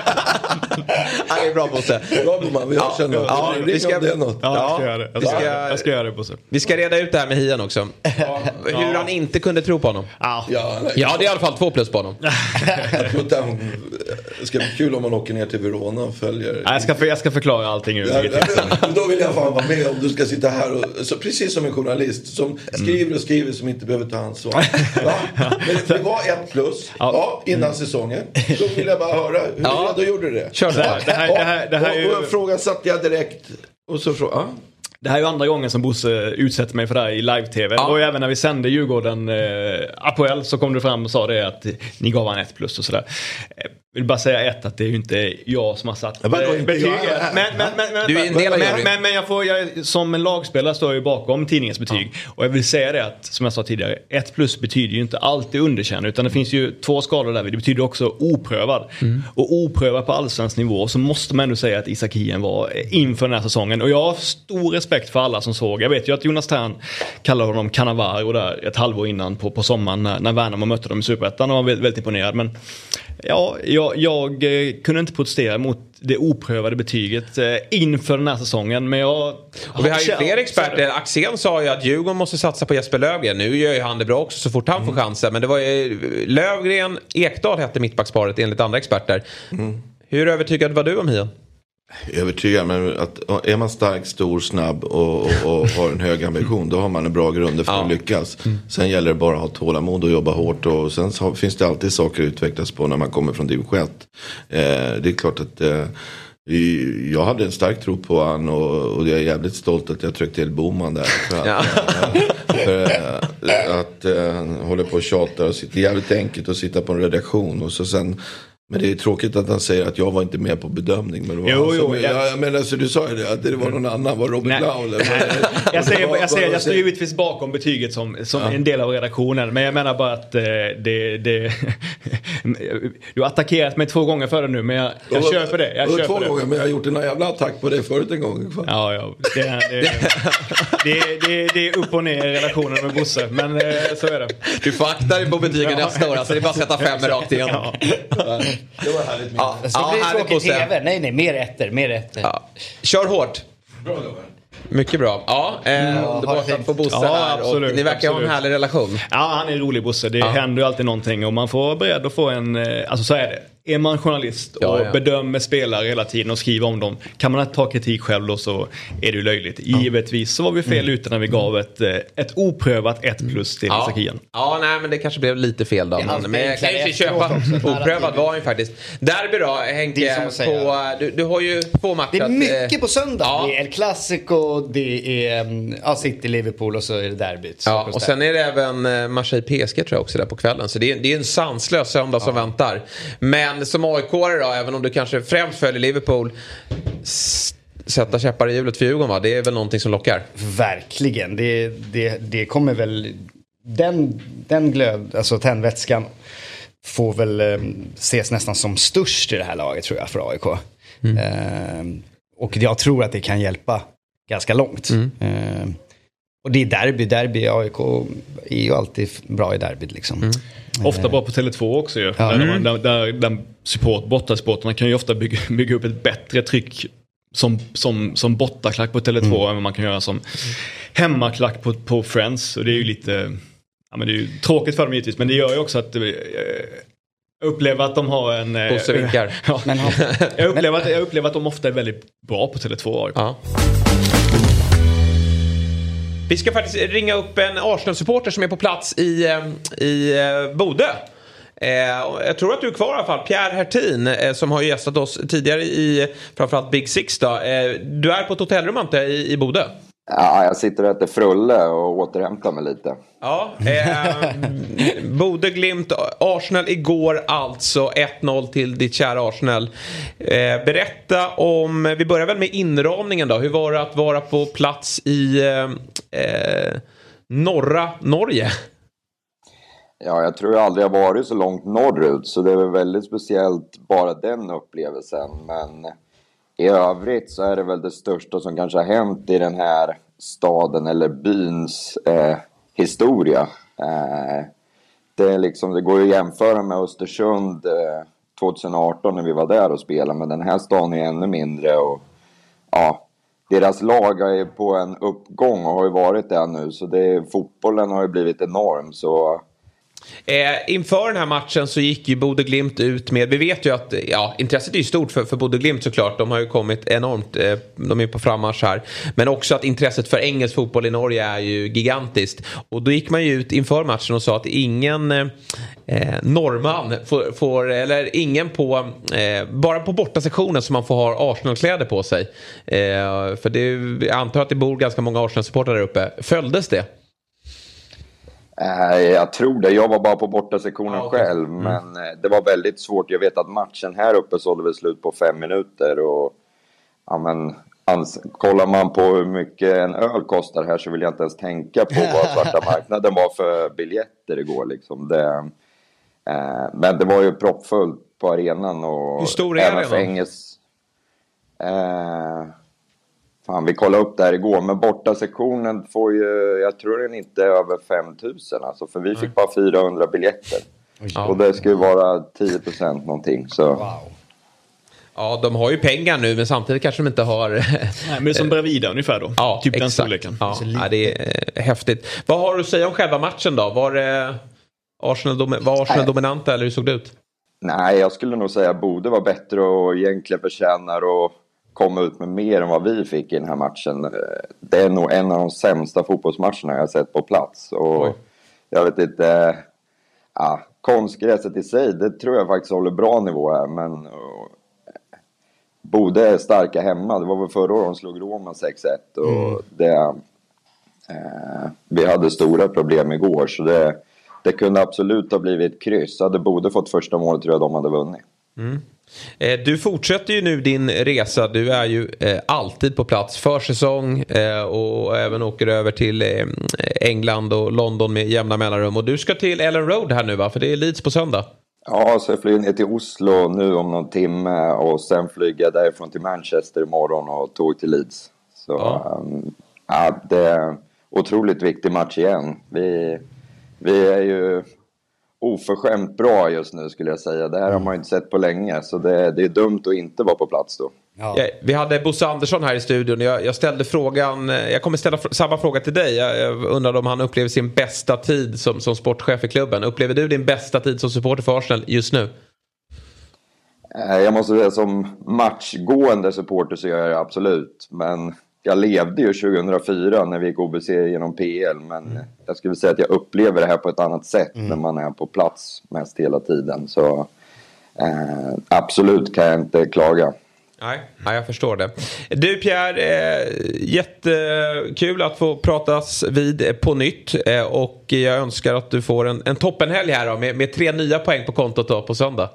Ja, det är bra, Bosse. Bra, man. Vi hörs ändå. Ja, vi ska, Ja, jag ska göra det. Jag ska, vi ska, jag ska göra det, Bosse. vi ska reda ut det här med Hian också. Hur han inte kunde tro på honom. Ja. Ja, nej. Ja, det är i alla fall två plus på honom. Jag tror att det här- det ska bli kul om man åker ner till Verona och följer. Ja, jag, ska för, jag ska förklara allting ur Ja, då vill jag fan vara med om du ska sitta här och, så precis som en journalist som skriver och skriver som inte behöver ta ansvar. Va? Men det var ett plus ja, innan säsongen. Då vill jag bara höra hur Ja. då gjorde det. Kör det här. Det här, det här, det här är ju... Och, och frågan satte jag direkt och så frågade ja. Det här är ju andra gången som Bosse utsätter mig för det här i live-tv. Ja. Och även när vi sände Djurgården eh, Apoel så kom du fram och sa det att ni gav han ett plus och sådär. Jag vill bara säga ett, att det är ju inte jag som har satt Jag bara, inte betyget. jag. Men, men, men, men, Du är en del av men, juryn. men, men jag får, jag, som en lagspelare står jag ju bakom tidningens betyg. Ja. Och jag vill säga det att, som jag sa tidigare, ett plus betyder ju inte alltid underkänd. Utan det finns ju två skalor där. Det betyder också oprövad. Mm. Och oprövad på allsvensk nivå så måste man ändå säga att Isak Hien var inför den här säsongen. Och jag har stor respekt för alla som såg. Jag vet ju att Jonas Tern kallar honom Cannavaro där ett halvår innan på, på sommaren när, när Värnamo mötte dem i Superettan och var väldigt, väldigt imponerad. Men ja, jag, jag kunde inte protestera mot det oprövade betyget eh, inför den här säsongen. Men jag... Och vi har ju fler experter. Axén sa ju att Djurgården måste satsa på Jesper Lövgren. Nu gör ju han det bra också så fort han mm. får chansen. Men det var ju Lövgren, Ekdal hette mittbacksparet enligt andra experter. Mm. Hur övertygad var du om Hien? Övertygad, men att är man stark, stor, snabb och, och, och har en hög ambition, då har man en bra grund för ja. att lyckas. Mm. Sen gäller det bara att ha tålamod och jobba hårt, och sen så finns det alltid saker att utvecklas på när man kommer från division ett. Eh, det är klart att eh, jag hade en stark tro på han, och, och jag är jävligt stolt att jag tryckte till Boman där. För att, ja. äh, för, äh, att äh, han håller på och tjatar och sitter jävligt enkelt att sitta på en redaktion och så sen. Men det är tråkigt att han säger att jag var inte med på bedömning. Men det var jo, han som, jo, jag, jag menar, alltså, du sa ju det, att det var någon annan, var Robert Laul. Jag säger, jag, säger, jag står givetvis bakom betyget som, som ja. en del av redaktionen. Men jag menar bara att eh, det, det du har attackerat mig två gånger för det nu. Men jag, jag och, köper det. Jag och köper två det. gånger, men jag har gjort en jävla attack på det förut en gång. Ja, ja. Det, det, det, det, det är upp och ner i relationen med Bosse. Men eh, så är det. Du får akta dig på betygen ja. nästa år. Alltså det är bara att sätta fem rakt igen. Ja. Det var härligt. Ja, så ja, blir det tråkigt T V. Nej, nej, mer rätter, mer rätter. Ja. Kör hårt. Bra jobbat. Mycket bra. Ja, eh, mm, det var att få Bosse ja, här. Absolut, och ni verkar absolut. ha en härlig relation. Ja, han är en rolig Bosse. Det ja. händer ju alltid någonting. Och man får beredd att få en... Alltså så är det. Är man journalist och ja, ja. bedömer spelare hela tiden och skriver om dem, kan man inte ta kritik själv då, så är det ju löjligt. Ja. Givetvis så var vi fel mm. ute när vi gav ett, ett oprövat ett plus till ja. Isak Hien. Ja, nej, men det kanske blev lite fel då. Men, men jag kan ju inte köpa. Oprövad var ju faktiskt. Derby då, Henke. På, du, du har ju två matcher. Det är mycket på söndag. Ja. Det är El Clasico, det är ja, City, Liverpool och så är det derbyt. Ja, och sen är det även Marseille P S G tror jag också där på kvällen. Så det är, det är en sanslös söndag ja. som väntar. Men som A I K-are då, även om du kanske främst följer Liverpool, s- sätta käppar i hjulet för Djurgården, va? Det är väl någonting som lockar? Verkligen. Det, det, det kommer väl... Den, den glöd, alltså tändvätskan får väl eh, ses nästan som störst i det här laget tror jag för A I K. Mm. Eh, och jag tror att det kan hjälpa ganska långt. Mm. Eh, och det är derby, derby, A I K är ju alltid bra i derbyt liksom. Mm. Ofta bra på Tele två också ju. Ja. Där, där, där, där support, bortasupporterna kan ju ofta bygga, bygga upp ett bättre tryck som, som, som bortaklack på Tele två mm. än vad man kan göra som hemmaklack på, på Friends. Och det är ju lite, ja, men det är ju tråkigt för dem givetvis, men det gör ju också att eh, upplever att de har en... Eh, ja, men han, jag, upplever att, jag upplever att de ofta är väldigt bra på Tele två. Ja. Vi ska faktiskt ringa upp en Arsenal-supporter som är på plats i, i Bodö. Eh, jag tror att du är kvar i alla fall. Pierre Hertin eh, som har gästat oss tidigare i framförallt Big Six då. Eh, du är på ett hotellrum inte i, i Bodö? Ja, jag sitter och äter frulle och återhämtar mig lite. Ja, eh, Bodø Glimt, Arsenal igår alltså ett noll till ditt kära Arsenal. Eh, berätta om, vi börjar väl med inramningen då. Hur var det att vara på plats i eh, norra Norge? Ja, jag tror jag aldrig har varit så långt norrut, så det är väl väldigt speciellt bara den upplevelsen. Men i övrigt så är det väl det största som kanske har hänt i den här staden eller byns eh, historia. Eh, det, är liksom, det går ju att jämföra med Östersund eh, tjugo arton när vi var där och spelade, men den här stan är ännu mindre. Och ja, deras lag är på en uppgång och har ju varit där nu, så det, fotbollen har ju blivit enorm. Så Eh, inför den här matchen så gick ju Bodø Glimt ut med, vi vet ju att ja, intresset är ju stort för, för Bodø Glimt såklart, de har ju kommit enormt, eh, de är på frammarsch här, men också att intresset för engelsk fotboll i Norge är ju gigantiskt, och då gick man ju ut inför matchen och sa att ingen eh, norrman får, får, eller ingen på eh, bara på bortasektionen som man får ha Arsenal-kläder på sig, eh, för det, jag antar att det bor ganska många Arsenal-supportrar där uppe. Följdes det? Jag tror det. Jag var bara på bortasektionen ah, okay. själv. Mm. Men det var väldigt svårt. Jag vet att matchen här uppe sålde väl slut på fem minuter. Och, ja, men, ans- kollar man på hur mycket en öl kostar här så vill jag inte ens tänka på vad svarta marknaden var för biljetter igår. Liksom. Det, eh, men det var ju proppfullt på arenan. Och hur stor är arenan? Engels, eh, Fan, vi kollade upp där igår, men borta sektionen får ju, jag tror den inte är över fem tusen, alltså, för vi fick Nej. bara fyrahundra biljetter. Ja. Och det skulle vara tio procent någonting, så. Wow. Ja, de har ju pengar nu, men samtidigt kanske de inte har... Nej, men som Bravida ungefär då. Ja, typ exakt. Den storleken. Ja, ja, det är eh, häftigt. Vad har du att säga om själva matchen då? Var, eh, Arsenal, dom- var Arsenal dominanta eller hur såg det ut? Nej, jag skulle nog säga att Bodø var bättre och egentligen förtjänar att komma ut med mer än vad vi fick i den här matchen. Det är nog en av de sämsta fotbollsmatcherna jag har sett på plats. Och Oj. jag vet inte... Ja, konstgräset i sig, det tror jag faktiskt håller bra nivå här. Men Bodø är starka hemma. Det var väl förra året de slog Roma sex ett. Och mm. det, eh, vi hade stora problem igår. Så det, det kunde absolut ha blivit kryss. Hade Bodø fått första målet tror jag de hade vunnit. Mm. Eh, du fortsätter ju nu din resa. Du är ju eh, alltid på plats för säsong eh, och även åker över till eh, England och London med jämna mellanrum. Och du ska till Ellen Road här nu, va? För det är Leeds på söndag. Ja, så jag flyger ner till Oslo nu om någon timme och sen flyger jag därifrån till Manchester imorgon och tåg till Leeds. Så ja. Um, ja, det är en otroligt viktig match igen. Vi, vi är ju oförskämt bra just nu skulle jag säga. Det här har man ju inte sett på länge, så det, det är dumt att inte vara på plats då. Ja. Ja, vi hade Bosse Andersson här i studion. Jag, jag ställde frågan, jag kommer ställa f- samma fråga till dig. Jag, jag undrar om han upplever sin bästa tid som, som sportchef i klubben. Upplever du din bästa tid som supporter för Arsenal just nu? Jag måste säga som matchgående supporter så gör jag det absolut. Men jag levde ju tjugohundrafyra när vi gick O B C genom P L. Men mm. jag skulle säga att jag upplever det här på ett annat sätt mm. när man är på plats mest hela tiden. Så eh, absolut kan jag inte klaga. Nej, nej, jag förstår det. Du Pierre, eh, jättekul att få pratas vid på nytt. Eh, och jag önskar att du får en, en toppenhelg här då, med, med tre nya poäng på kontot då, på söndag.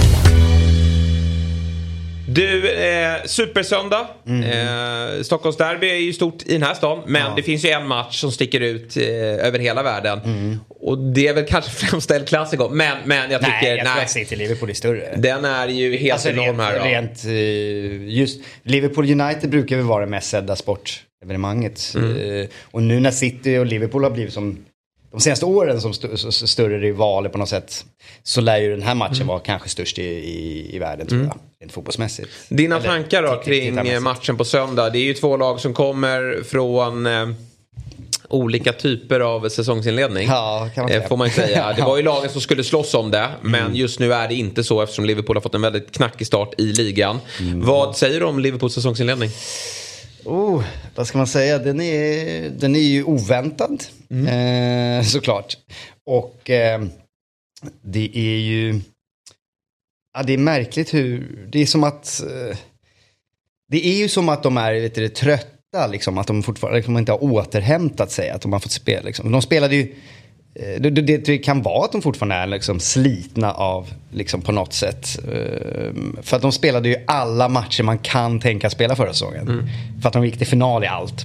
Du, eh, supersöndag. Mm. Eh, Stockholms derby är ju stort i den här stan. Men ja. det finns ju en match som sticker ut eh, över hela världen. Mm. Och det är väl kanske främst El Clasico. Men, men jag tycker... Nej, jag tror att City Liverpool är större. Den är ju helt alltså, enorm rent, här då. Rent, just Liverpool United brukar väl vara det mest sedda sportevenemanget. Mm. Och nu när City och Liverpool har blivit som... de senaste åren som st- större rivaler på något sätt, så lär ju den här matchen mm. vara kanske störst i, i, i världen tror jag, rent fotbollsmässigt. Dina Eller, tankar då kring matchen på söndag? Det är ju två lag som kommer från eh, olika typer av säsongsinledning. Ja, kan man säga. Eh, får man ju säga. Det var ju lagen som skulle slåss om det, men mm. just nu är det inte så eftersom Liverpool har fått en väldigt knackig start i ligan. Mm. Vad säger du om Liverpools säsongsinledning? Oh, vad ska man säga? Den är, den är ju oväntad, mm. eh, såklart. Och eh, det är ju... Ja, det är märkligt hur... Det är som att... Eh, det är ju som att de är vet du, trötta liksom, att de fortfarande liksom, inte har återhämtat sig, att de har fått spela. Liksom. De spelade ju, det, det, det kan vara att de fortfarande är liksom, slitna av, liksom, på något sätt. För att de spelade ju alla matcher man kan tänka spela förra säsongen. Mm. För att de gick till final i allt.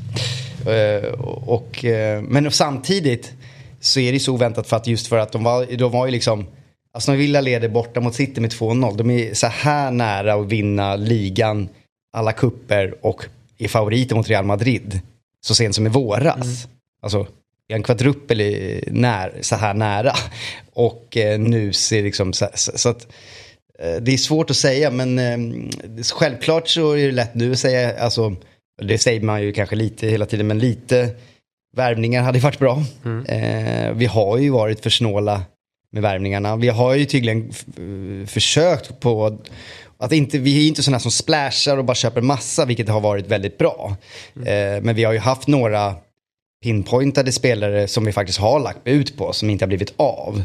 Och, men samtidigt så är det så oväntat för att just för att de var, de var ju liksom, alltså de Villa leder borta mot City med två noll. De är så här nära att vinna ligan, alla kupper och är favoriter mot Real Madrid så sent som i våras. Mm. Alltså en kvadruppel är när, så här nära. Och eh, nu ser liksom så, så, så att eh, det är svårt att säga, men eh, självklart så är det lätt nu att säga, alltså det säger man ju kanske lite hela tiden, men lite värvningar hade varit bra. Mm. Eh, vi har ju varit för snåla med värvningarna. Vi har ju tydligen f- försökt på att inte, vi är inte sådana som splashar och bara köper massa, vilket har varit väldigt bra. Mm. Eh, men vi har ju haft några pinpointade spelare som vi faktiskt har lagt ut på som inte har blivit av.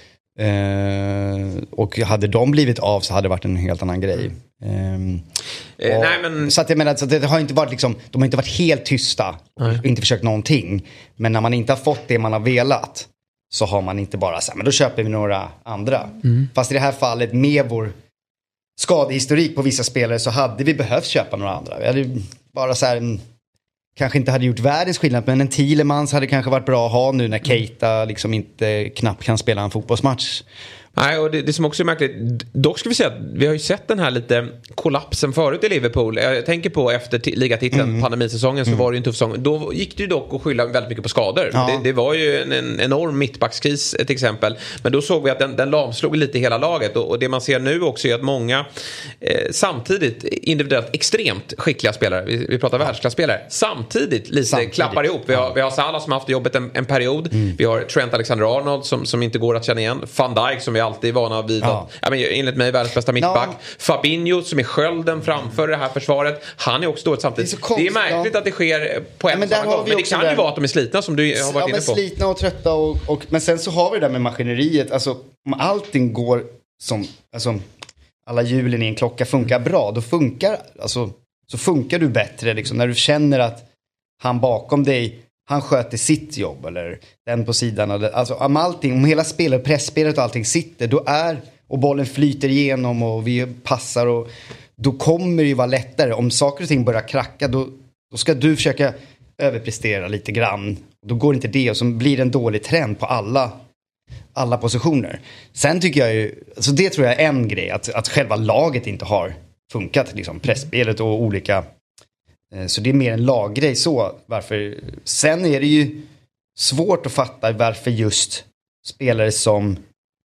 Mm. Eh, och hade de blivit av så hade det varit en helt annan grej. Mm. Eh, och, nej, men... Så att jag menar, så att det har inte varit liksom, de har inte varit helt tysta och inte försökt någonting. Men när man inte har fått det man har velat så har man inte bara så här, men då köper vi några andra. Mm. Fast i det här fallet med vår skadehistorik på vissa spelare så hade vi behövt köpa några andra. Vi hade bara så här, kanske inte hade gjort världens skillnad, men en Thielemans hade kanske varit bra att ha nu när Keita liksom inte knappt kan spela en fotbollsmatch. Nej, och det, det som också är märkligt, dock ska vi säga att vi har ju sett den här lite kollapsen förut i Liverpool. Jag tänker på efter t- ligatiteln, mm. pandemisäsongen, så mm. var det ju en tuff säsong. Då gick det ju dock att skylla väldigt mycket på skador. Ja. Det, det var ju en, en enorm mittbackskris ett exempel. Men då såg vi att den, den lamslog lite hela laget. Och, och det man ser nu också är att många eh, samtidigt individuellt extremt skickliga spelare, vi, vi pratar ja. världsklasspelare, samtidigt lite samtidigt. klappar ihop. Vi har, ja. vi har Salah som har haft jobbet en, en period. Mm. Vi har Trent Alexander-Arnold som, som inte går att känna igen. Van Dijk som vi alltid är vana vid. Ja. Ja, men enligt mig världens bästa mittback. Ja. Fabinho som är skölden framför det här försvaret. Han är också dåligt samtidigt. Det är, det är märkligt ja. att det sker på en ja, men, gång. Men det kan ju vara att de är slitna som du har varit ja, inne på. Slitna och trötta. Och, och, men sen så har vi det där med maskineriet. Alltså om allting går som, alltså alla hjulen i en klocka funkar bra, då funkar, alltså, så funkar du bättre liksom, när du känner att han bakom dig, han sköter sitt jobb eller den på sidan. Alltså om allting, om hela spelet, pressspelet och allting sitter, då är, och bollen flyter igenom och vi passar, och då kommer det ju vara lättare. Om saker och ting börjar kracka, då, då ska du försöka överprestera lite grann. Då går inte det, och så blir det en dålig trend på alla, alla positioner. Sen tycker jag ju, alltså det tror jag är en grej, att, att själva laget inte har funkat, liksom pressspelet och olika. Så det är mer en laggrej så. Varför? Sen är det ju svårt att fatta varför just spelare som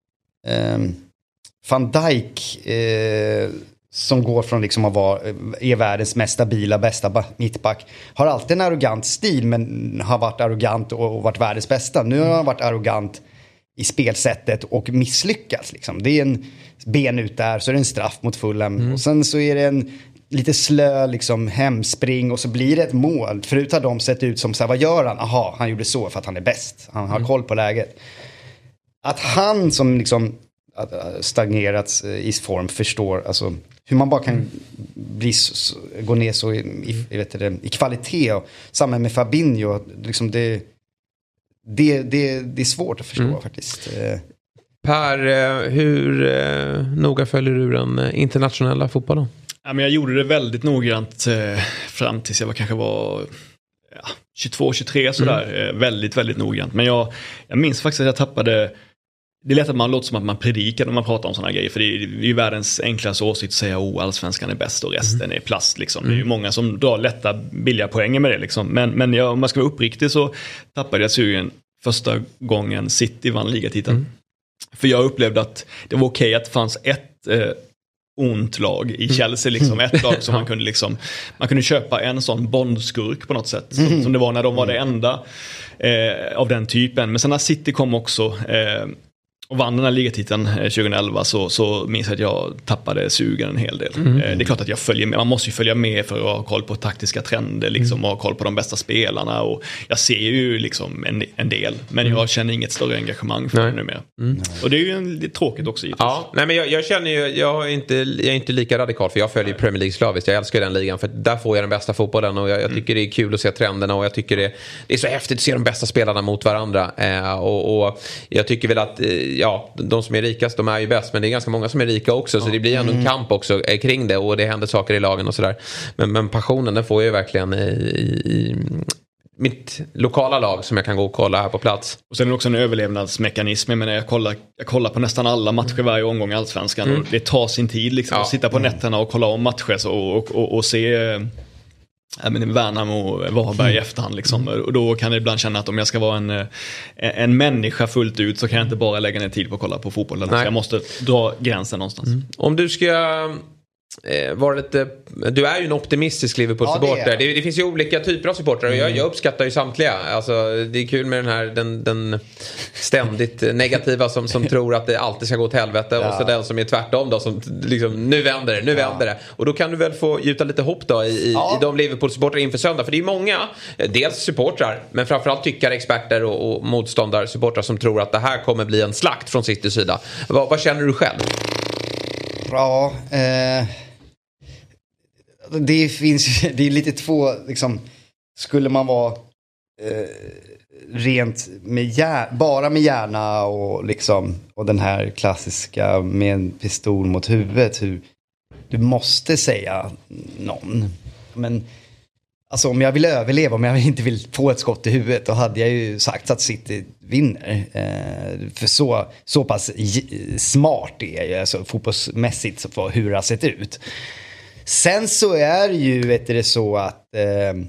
eh, Van Dijk eh, som går från liksom att vara är världens mest stabila, bästa mittback, har alltid en arrogant stil, men har varit arrogant och varit världens bästa. Nu har han varit arrogant i spelsättet och misslyckats. Liksom. Det är en ben ut där, så är det en straff mot Fulham. Mm. Och sen så är det en lite slö liksom hemspring, och så blir det ett mål. Förut har de sett ut som så här, vad gör han? Aha, han gjorde så för att han är bäst. Han har mm. koll på läget. Att han som liksom stagnerats i form förstår, alltså hur man bara kan mm. bli, gå ner så i, i, vet det, i kvalitet, och samma med Fabinho, liksom det, det, det, det är svårt att förstå mm. faktiskt. Per, hur noga följer du den internationella fotbollen? Ja, men jag gjorde det väldigt noggrant eh, fram tills jag var, kanske var ja, tjugotvå tjugotre sådär. Mm. Eh, väldigt, väldigt noggrant. Men jag, jag minns faktiskt att jag tappade. Det är lätt att man låter som att man predikar när man pratar om sådana grejer. För det är ju världens enklaste åsikt att säga oh, allsvenskan är bäst och resten mm. är plast. Liksom. Mm. Det är ju många som drar lätta, billiga poänger med det. Liksom. Men, men jag, om man ska vara uppriktig så tappade jag sugen första gången City vann ligatiteln. Mm. För jag upplevde att det var okej att det fanns ett eh, ont lag i Chelsea, liksom. Ett lag som man kunde liksom, man kunde köpa en sån bondskurk på något sätt, som, mm. som det var när de var det enda eh, av den typen. Men sen när City kom också, eh, och vann den här ligatiteln tjugoelva så, så minns jag att jag tappade sugen en hel del. Mm. Det är klart att jag följer med. Man måste ju följa med för att ha koll på taktiska trender liksom, och ha koll på de bästa spelarna. Och jag ser ju liksom en, en del, men mm. jag känner inget större engagemang för det nu mer. Mm. Och det är ju en, det är tråkigt också. Givetvis. Ja, nej, men jag, jag känner ju, jag är, inte, jag är inte lika radikal, för jag följer Premier League slaviskt. Jag älskar den ligan, för där får jag den bästa fotbollen, och jag, jag tycker mm. det är kul att se trenderna, och jag tycker det, det är så häftigt att se de bästa spelarna mot varandra. Eh, och, och jag tycker väl att, eh, ja, de som är rikast, de är ju bäst, men det är ganska många som är rika också, så det blir ändå en kamp också kring det, och det händer saker i lagen och sådär. Men, men passionen, den får jag ju verkligen i, i, i mitt lokala lag som jag kan gå och kolla här på plats. Och sen är det också en överlevnadsmekanism. Jag menar, jag kollar, jag kollar på nästan alla matcher varje omgång i Allsvenskan, mm. och det tar sin tid liksom, ja. att sitta på nätterna och kolla om matcher och, och, och, och se äh, men Värnamo och Varberg i efterhand liksom. Och då kan jag ibland känna att om jag ska vara en, en människa fullt ut, så kan jag inte bara lägga ner tid på att kolla på fotboll. Så jag måste dra gränsen någonstans. Mm. Om du ska eh, vara lite, du är ju en optimistisk Liverpool-supporter. Ja, det, det, det finns ju olika typer av supportrar, och jag, jag uppskattar ju samtliga. Alltså, det är kul med den här den, den ständigt negativa som, som tror att det alltid ska gå till helvete, ja. och så den som är tvärtom då, som liksom, nu vänder det, nu ja. vänder det. Och då kan du väl få gjuta lite hopp då i, i, ja. i de Liverpool-supportrar inför söndag. För det är många, dels supportrar, men framförallt tyckare, experter och, och motståndarsupportrar som tror att det här kommer bli en slakt från Citys sida. Vad, vad känner du själv? Ja, eh, det finns det är lite två liksom, skulle man vara eh, rent med hjär, bara med hjärna och liksom, och den här klassiska med en pistol mot huvudet, hur du måste säga någon, men alltså om jag vill överleva, om jag inte vill få ett skott i huvudet, då hade jag ju sagt att City vinner. Eh, för så, så pass j- smart det är ju, alltså fotbollsmässigt, så hur det har sett ut. Sen så är ju vet det så att eh,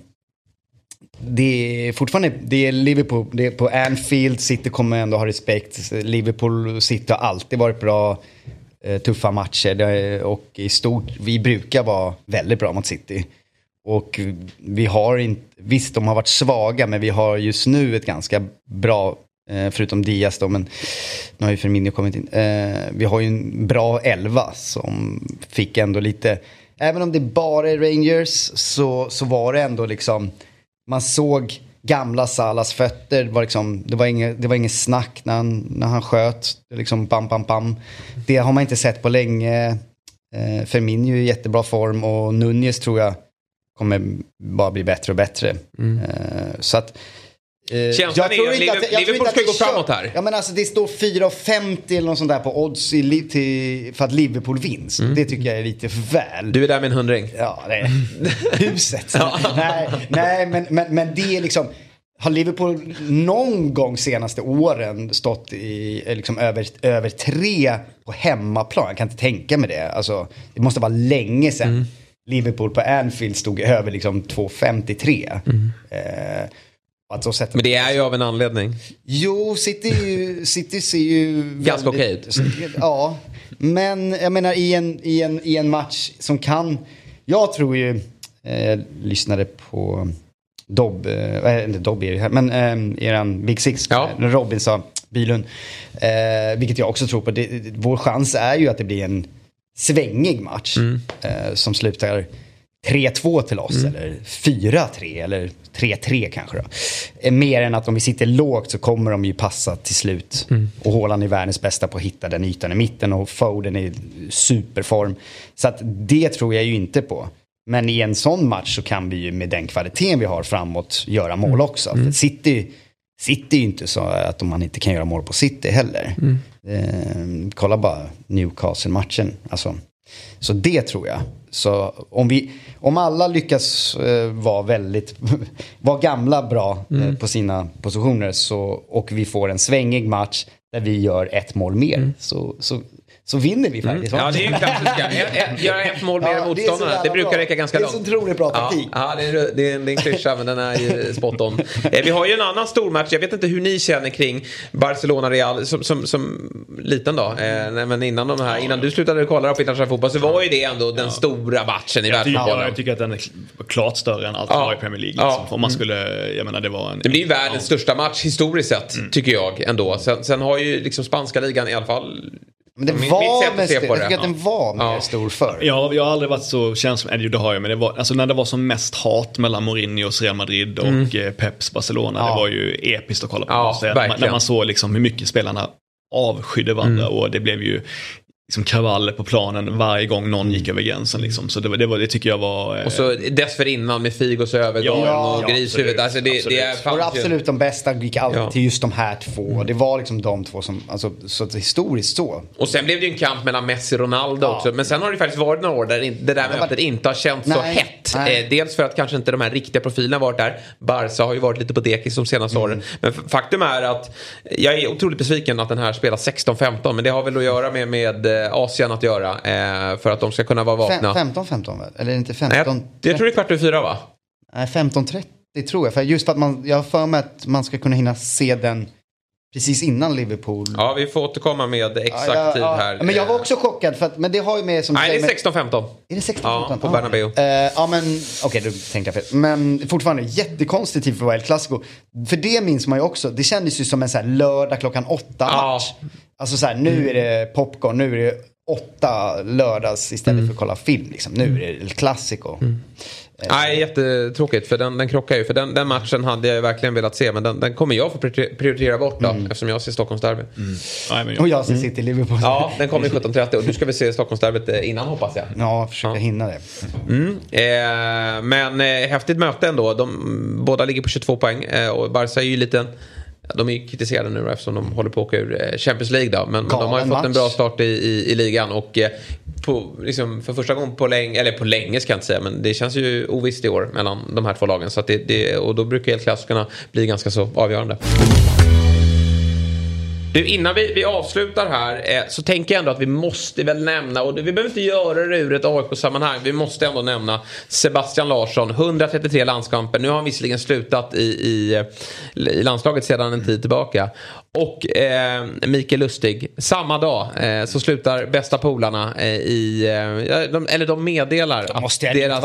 det är fortfarande, det är Liverpool, det är på Anfield, City kommer ändå ha respekt. Liverpool och City har alltid varit bra, eh, tuffa matcher, det, och i stort, vi brukar vara väldigt bra mot City. Och vi har inte, visst de har varit svaga, men vi har just nu ett ganska bra, eh, förutom Diaz då, men nu har ju Firmino kommit in. Eh, vi har ju en bra elva som fick ändå lite, även om det bara är Rangers, så, så var det ändå liksom, man såg gamla Salas fötter, var liksom, det var inget, det var inget snack när han, när han sköt, det liksom bam, bam, bam. Det har man inte sett på länge. Eh, Firmino är i jättebra form, och Nunez tror jag kommer bara bli bättre och bättre. Mm. Uh, så att uh, jag tror inte att, jag Liverpool ska gå framåt här. Ja, men alltså det står fyra femtio eller något sånt där på odds i, till, för att Liverpool vinns. Mm. Det tycker jag är lite för väl. Du är där med en hundring. Ja, det är huset. nej, nej men, men, men det är liksom, har Liverpool någon gång senaste åren stått i liksom över, över tre på hemmaplan? Jag kan inte tänka mig det. Alltså, det måste vara länge sedan. Mm. Liverpool på Anfield stod över liksom två femtiotre. Mm. Eh, alltså sätta... Men det är ju av en anledning. Jo, City, ju, City ser ju ganska okej ut. Ja, men jag menar i en, i, en, i en match som kan... Jag tror ju... Eh, lyssnade på Dobb, äh, inte Dobb är ju här, men äh, eran Big Six, ja. När Robin sa Bylund, äh, vilket jag också tror på. Det, vår chans är ju att det blir en svängig match mm. äh, som slutar tre två till oss, mm. eller fyra tre eller tre tre kanske då. Äh, mer än att om vi sitter lågt så kommer de ju passa till slut. Mm. Och Haaland är världens bästa på att hitta den ytan i mitten, och Foden är i superform. Så att det tror jag ju inte på. Men i en sån match så kan vi ju med den kvaliteten vi har framåt göra mål också. Mm. För City, City är ju inte så att man inte kan göra mål på City heller. Mm. Eh, kolla bara Newcastle-matchen. Alltså, så det tror jag. Så om, vi, om alla lyckas eh, vara väldigt vara gamla bra eh, mm. på sina positioner, så, och vi får en svängig match där vi gör ett mål mer, mm. så, så, så vinner vi faktiskt. Mm. Ja, det är ju klassiska. Göra ett mål mer än motståndarna. Det, det brukar bra. räcka ganska långt. Det är så otroligt bra taktik. Ja, ja det, är, det, är, det är en klyscha, men den är ju spot on. eh, vi har ju en annan stor match. Jag vet inte hur ni känner kring Barcelona-Real som, som, som liten då. Eh, men innan, de här, innan du slutade kolla på internationell fotboll så var ju det ändå den ja. stora matchen i världsfotbollen. Jag tycker att den är klart större än allt som ja. var i Premier League. Liksom. Ja. Om man skulle, jag menar, det var en... Det blir ju världens ja. största match historiskt sett, mm. tycker jag ändå. Sen, sen har ju liksom spanska ligan i alla fall... Men det Min, var mest, jag tycker att den var mer ja. stor för. Ja, jag har aldrig varit så känslig, eller det har jag, men det var, alltså när det var som mest hat mellan Mourinho och Real Madrid och mm. Peps Barcelona, ja. det var ju episkt att kolla på. Ja, när, man, när man såg liksom hur mycket spelarna avskydde varandra mm. och det blev ju liksom kravaller på planen varje gång någon gick över gränsen liksom. Så det, var, det, var, det tycker jag var... Eh... Och så dessförinnan med Figos övergång ja, och ja, Grishuvud. Alltså det, absolut. det är absolut. absolut de bästa gick alltid ja. till just de här två. Mm. Det var liksom de två som, alltså, så att historiskt så. Och sen blev det ju en kamp mellan Messi och Ronaldo ja. också. Men sen har det faktiskt varit några år där det där mötet var... inte har känts nej, så hett. Eh, dels för att kanske inte de här riktiga profilerna varit där. Barca har ju varit lite på dekis de senaste mm. åren. Men faktum är att jag är otroligt besviken att den här spelar sexton femton. Men det har väl att göra med, med Asien att göra. Eh, för att de ska kunna vara vakna. femton femton väl? Eller inte femton? Nej, jag, jag tror det är kvart över fyra va? Nej, femton trettio tror jag. För just för att man, jag har för mig att man ska kunna hinna se den precis innan Liverpool. Ja, vi får återkomma med exakt ja, ja, tid här. Ja, men jag var också chockad för att, men det har ju med som... Nej, det är sexton femton. Är det sexton femton? Ja, på Bernabéu. Uh, ja, men okej, okay, då tänkte jag fel. Men fortfarande jättekonstigt tid för Wild Classico. För det minns man ju också. Det kändes ju som en så här lördag klockan åtta match. Ja. Alltså så här, nu är det popcorn, nu är det åtta lördags istället mm. för att kolla film liksom. Nu är det El Clasico. Mm. Nej, jättetråkigt för den, den krockar ju. För den, den matchen hade jag verkligen velat se. Men den, den kommer jag få prioritera bort då. Mm. Eftersom jag ser Stockholmsderby. Mm. Nej, men jag... Och jag ser City Liverpool. Ja, den kommer i sjutton trettio. Och du ska väl se Stockholmsderbyt innan hoppas jag. Ja, försöka ja. hinna det. Mm. Eh, men eh, häftigt möte ändå. De, båda ligger på tjugotvå poäng. Eh, och Barca är ju lite... De är ju kritiserade nu då, eftersom de håller på att åka ur Champions League då. Men, men de har ju fått match. en bra start i, i, i ligan. Och eh, på, liksom, för första gången på länge, eller på länge ska jag inte säga. Men det känns ju ovisst i år mellan de här två lagen. Så att det, det, och då brukar helt klassikerna bli ganska så avgörande. Du, innan vi, vi avslutar här eh, så tänker jag ändå att vi måste väl nämna, och det, vi behöver inte göra det ur ett A I K-sammanhang, vi måste ändå nämna Sebastian Larsson, hundratrettiotre landskamper. Nu har han visserligen slutat i, i, i landslaget sedan en tid tillbaka. Och eh, Mikael Lustig, samma dag eh, så slutar bästa polarna eh, i, eh, de, eller de meddelar de måste att deras...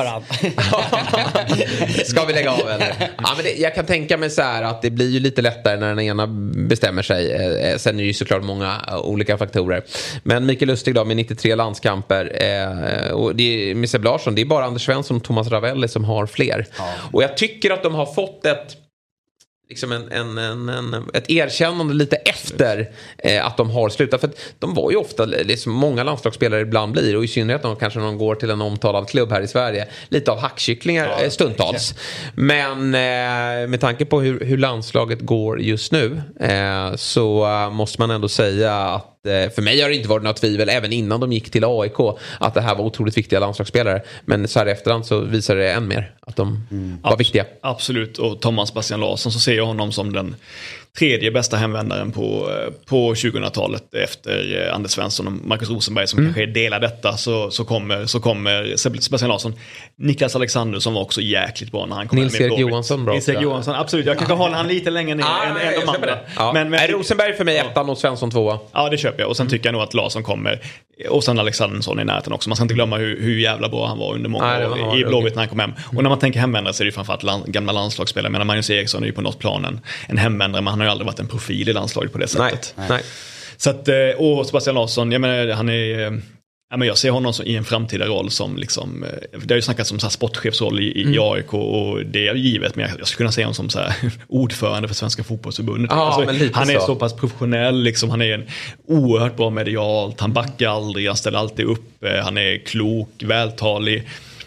Ska vi lägga av eller? Ja, men det, jag kan tänka mig så här att det blir ju lite lättare när den ena bestämmer sig. Eh, sen är det ju såklart många olika faktorer. Men Mikael Lustig då med nittiotre landskamper eh, och det är med Seb Larsson, det är bara Anders Svensson och Thomas Ravelli som har fler. Ja. Och jag tycker att de har fått ett liksom en, en, en, en, ett erkännande lite efter eh, att de har slutat. För att de var ju ofta, liksom många landslagsspelare ibland blir, och i synnerhet de, kanske när de går till en omtalad klubb här i Sverige, lite av hackkycklingar ja, stundtals. Men eh, med tanke på hur, hur landslaget går just nu eh, så uh, måste man ändå säga att för mig har det inte varit något tvivel även innan de gick till A I K att det här var otroligt viktiga landslagsspelare. Men så här efterhand så visar det än mer att de mm. var Abs- viktiga. Absolut, och Thomas Bastian Larsson, så ser jag honom som den tredje bästa hemvändaren på, på tjugohundratalet efter Anders Svensson och Marcus Rosenberg som mm. kanske delar detta, så, så, kommer, så kommer Sebastian Larsson. Niklas Alexander som var också jäkligt bra när han kom. Nils-Erik Johansson bra. Nils-Erik Johansson, absolut. Jag kanske håller han lite längre ner ah, än, än de andra. Ja. Men, men, är Rosenberg för mig ja. ettan och Svensson tvåa? Ja, det köper jag. Och sen mm. tycker jag nog att Larsson kommer. Och sen Alexandersson i närheten också. Man ska inte glömma hur, hur jävla bra han var under många Nej, år var, i Blåvitt när han kom hem. Mm. Och när man tänker hemvändare så är det ju framförallt land, gamla landslagsspelare. Men Magnus Eriksson är ju på något plan en, en hemvändare, men han har ju aldrig varit en profil i landslaget på det sättet. Nej, nej. Så att, och Sebastian Larsson, jag menar, han är... Ja, men jag ser honom i en framtida roll som liksom, det har ju snackats om så här sportchefsroll i, mm. i A I K och det är givet, men jag, jag skulle kunna se honom som så här ordförande för Svenska fotbollsförbundet. Ah, alltså, han är så. så pass professionell, liksom, han är en oerhört bra medialt, han backar aldrig, han ställer alltid upp, han är klok, vältalig,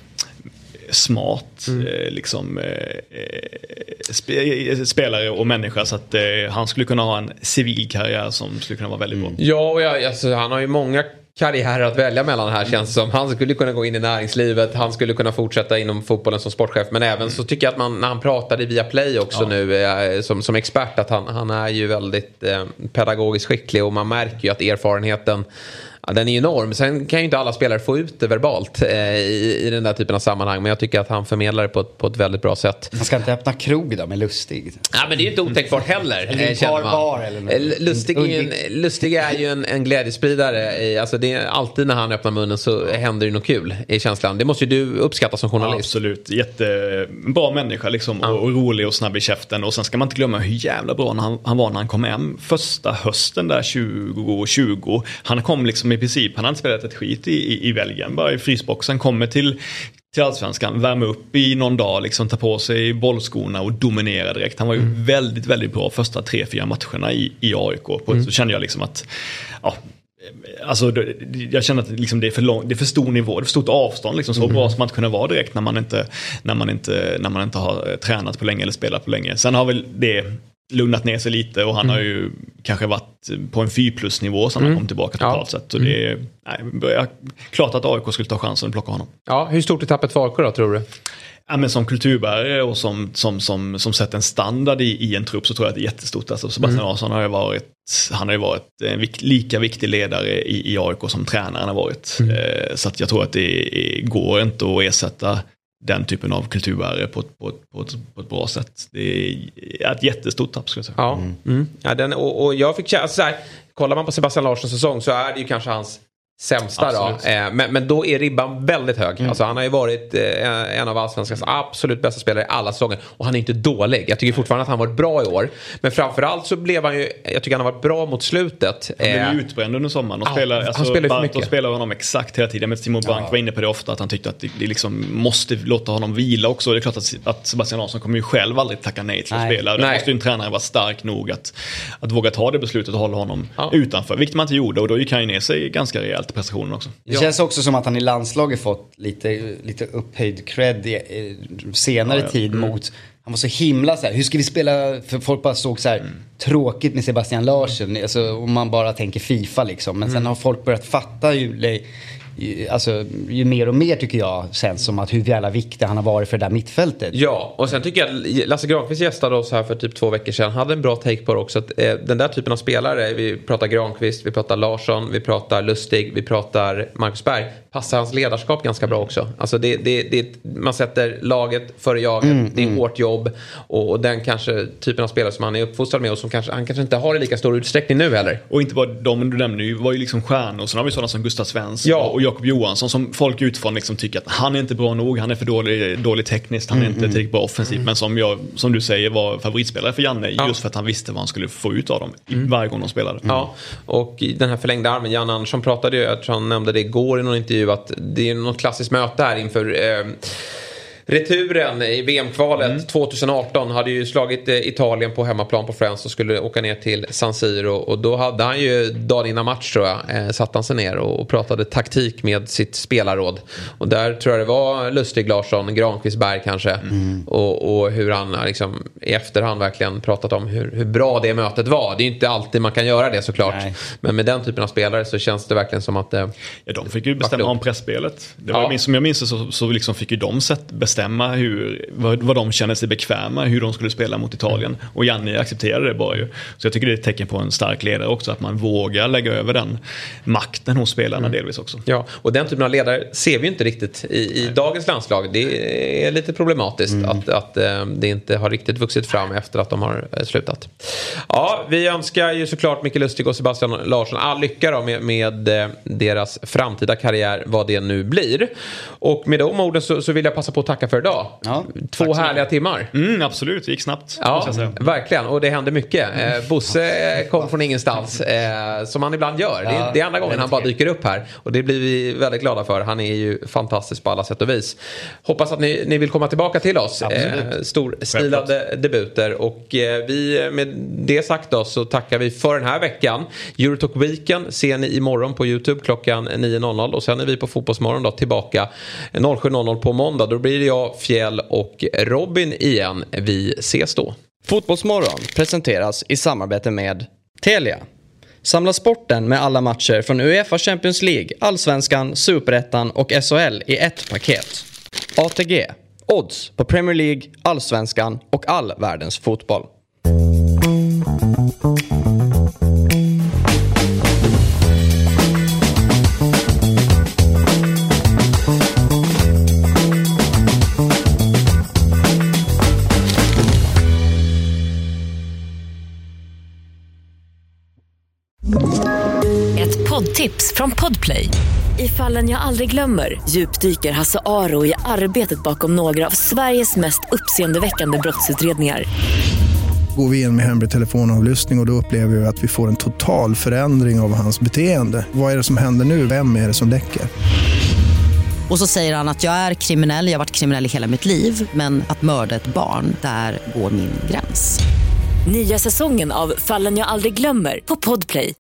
smart mm. eh, liksom eh, spe, spelare och människa, så att eh, han skulle kunna ha en civil karriär som skulle kunna vara väldigt bra. Ja, och jag, alltså, han har ju många karriärer att välja mellan här, känns som. Han skulle kunna gå in i näringslivet, han skulle kunna fortsätta inom fotbollen som sportchef, men även så tycker jag att man, när han pratade via Play också ja. nu eh, som, som expert, att han, han är ju väldigt eh, pedagogiskt skicklig, och man märker ju att erfarenheten Ja, den är enorm. Sen kan ju inte alla spelare få ut det verbalt eh, i, i den där typen av sammanhang. Men jag tycker att han förmedlar det på ett, på ett väldigt bra sätt. Man ska inte öppna krog då med Lustig. Ja, men det är ju inte otänkbart heller. Eller eh, känner bar man. bar eller något. Lustig är ju en, Lustig är ju en, en glädjespridare. I, alltså det är alltid när han öppnar munnen så händer det något kul i känslan. Det måste ju du uppskatta som journalist. Ja, absolut. Jättebra människa liksom. Ja. Och, och rolig och snabb i käften. Och sen ska man inte glömma hur jävla bra han, han var när han kom hem första hösten där tjugo tjugo. Han kom liksom i princip, han hade inte spelat ett skit i, i, i Belgien. Bara i frysboxen, kommer till till Allsvenskan, värma upp i någon dag, liksom ta på sig bollskorna och dominera direkt. Han var ju mm. väldigt, väldigt bra första tre, fyra matcherna i, i A I K. På mm. så kände jag liksom att ja, alltså, jag känner att liksom det är för lång, det är för stor nivå, det är för stort avstånd liksom, så mm. bra som man inte kunna vara direkt när man inte när man inte när man inte har tränat på länge eller spelat på länge. Sen har väl det lugnat ner sig lite och han mm. har ju kanske varit på en fyra plus nivå sen mm. han kom tillbaka totalt ja. sett. Så det är nej, börjar, klart att A I K skulle ta chansen att plocka honom. Ja, hur stort är tappet för A I K då, tror du? Ja, men som kulturbärare och som, som, som, som sätter en standard i, i en trupp så tror jag att det är jättestort. Alltså Sebastian mm. Larsson har ju varit, han har ju varit en vik, lika viktig ledare i, i A I K som tränaren har varit. Mm. Eh, så att jag tror att det är, går inte att ersätta den typen av kulturbärare på ett, på ett, på ett, på ett bra sätt. Det är ett jättestort tapp, skulle jag säga. Ja, mm. Mm. Ja, den, och, och jag fick känna så här, kollar man på Sebastian Larssons säsong så är det ju kanske hans sämsta då. Eh, men, men då är ribban väldigt hög. Mm. Alltså, han har ju varit eh, en av Allsvenskans absolut bästa spelare i alla säsonger. Och han är inte dålig. Jag tycker fortfarande att han varit bra i år. Men framförallt så blev han ju, jag tycker han har varit bra mot slutet. Han blev ju utbränd under sommaren. Och ah, spelar, alltså, han spelar för mycket. Och spelar honom exakt hela tiden. Men Simon Bank ja. var inne på det ofta, att han tyckte att det, det liksom måste låta honom vila också. Det är klart att, att Sebastian Larsson kommer ju själv aldrig tacka nej till nej. att spela. Då måste ju en tränare vara stark nog att, att våga ta det beslutet och hålla honom ja. utanför. Vilket man inte gjorde. Och då gick han ju ner sig ganska rejält i prestationen också. Det ja. känns också som att han i landslaget fått lite, lite upphöjd cred i, senare ja, ja. tid mm. mot... Han var så himla så här, hur ska vi spela? För folk bara såg så här mm. tråkigt med Sebastian Larsson. Alltså, om man bara tänker FIFA liksom. Men mm. sen har folk börjat fatta ju... Alltså, ju mer och mer tycker jag känns som att hur jävla viktig han har varit för det där mittfältet. Ja, och sen tycker jag Lasse Granqvist gästade oss här för typ två veckor sedan, hade en bra take på det också, att eh, den där typen av spelare, vi pratar Granqvist, vi pratar Larsson, vi pratar Lustig, vi pratar Marcus Berg, passar hans ledarskap ganska bra också. Alltså det, det, det, man sätter laget före jaget, mm, det är mm. hårt jobb och, och den kanske typen av spelare som han är uppfostrad med och som kanske, han kanske inte har i lika stor utsträckning nu heller. Och inte bara de du nämnde, var ju liksom stjärnor, och sen har vi sådana som Gustav Svensson ja. och Jakob Johansson som folk utifrån liksom tycker att han är inte bra nog, han är för dålig, dålig tekniskt, han är mm, inte tillräckligt bra offensivt, mm. men som jag, som du säger, var favoritspelare för Janne ja. just för att han visste vad han skulle få ut av dem mm. varje gång de spelade. Mm. Ja, och den här förlängda armen, Jan Andersson pratade ju, jag tror han nämnde det igår i någon intervju, att det är något klassiskt möte här inför eh, returen i V M-kvalet mm. tjugo arton. Hade ju slagit Italien på hemmaplan på Friends och skulle åka ner till San Siro, och då hade han ju dagen innan match tror jag eh, satt han sig ner och, och pratade taktik med sitt spelarråd, och där tror jag det var Lustig, Larsson, Granqvist, Berg kanske mm. och, och hur han liksom i efterhand verkligen pratat om hur, hur bra det mötet var. Det är inte alltid man kan göra det såklart. Nej. Men med den typen av spelare så känns det verkligen som att eh, ja, de fick ju bestämma om pressspelet. Det var ja. Som jag minns så, så liksom fick ju de sett bestämma hur, vad, vad de kände sig bekväma, hur de skulle spela mot Italien. Mm. Och Janne accepterade det bara ju. Så jag tycker det är ett tecken på en stark ledare också, att man vågar lägga över den makten hos spelarna mm. delvis också. Ja, och den typen av ledare ser vi inte riktigt i, i dagens landslag. Det är lite problematiskt mm. att, att äh, det inte har riktigt vuxit fram efter att de har äh, slutat. Ja, vi önskar ju såklart Micke Lustig och Sebastian Larsson all lycka då med, med äh, deras framtida karriär, vad det nu blir. Och med de orden så, så vill jag passa på att tacka för idag. Ja, Två härliga timmar. Mm, absolut, det gick snabbt. Ja, verkligen. Och det hände mycket. Eh, Bosse kom från ingenstans. Eh, som han ibland gör. Ja, det, är, det är andra gången han bara dyker upp här. Och det blir vi väldigt glada för. Han är ju fantastisk på alla sätt och vis. Hoppas att ni, ni vill komma tillbaka till oss. Eh, storstilade debuter. Och eh, vi, med det sagt då, så tackar vi för den här veckan. Eurotalk Weekend ser ni imorgon på YouTube klockan nio noll noll. Och sen är vi på Fotbollsmorgon då tillbaka sju noll noll på måndag. Då blir det jag, Fjäll och Robin igen. Vi ses då. Fotbollsmorgon presenteras i samarbete med Telia. Samla sporten med alla matcher från UEFA Champions League, Allsvenskan, Superettan och S H L i ett paket. A T G. Odds på Premier League, Allsvenskan och all världens fotboll. Ett tips från Podplay. I Fallen jag aldrig glömmer djupdyker Hasse Aro i arbetet bakom några av Sveriges mest uppseendeväckande brottsutredningar. Går vi in med hemlig telefonavlyssning och, och då upplever vi att vi får en total förändring av hans beteende. Vad är det som händer nu? Vem är det som läcker? Och så säger han att jag är kriminell, jag har varit kriminell i hela mitt liv. Men att mörda ett barn, där går min gräns. Nya säsongen av Fallen jag aldrig glömmer på Podplay.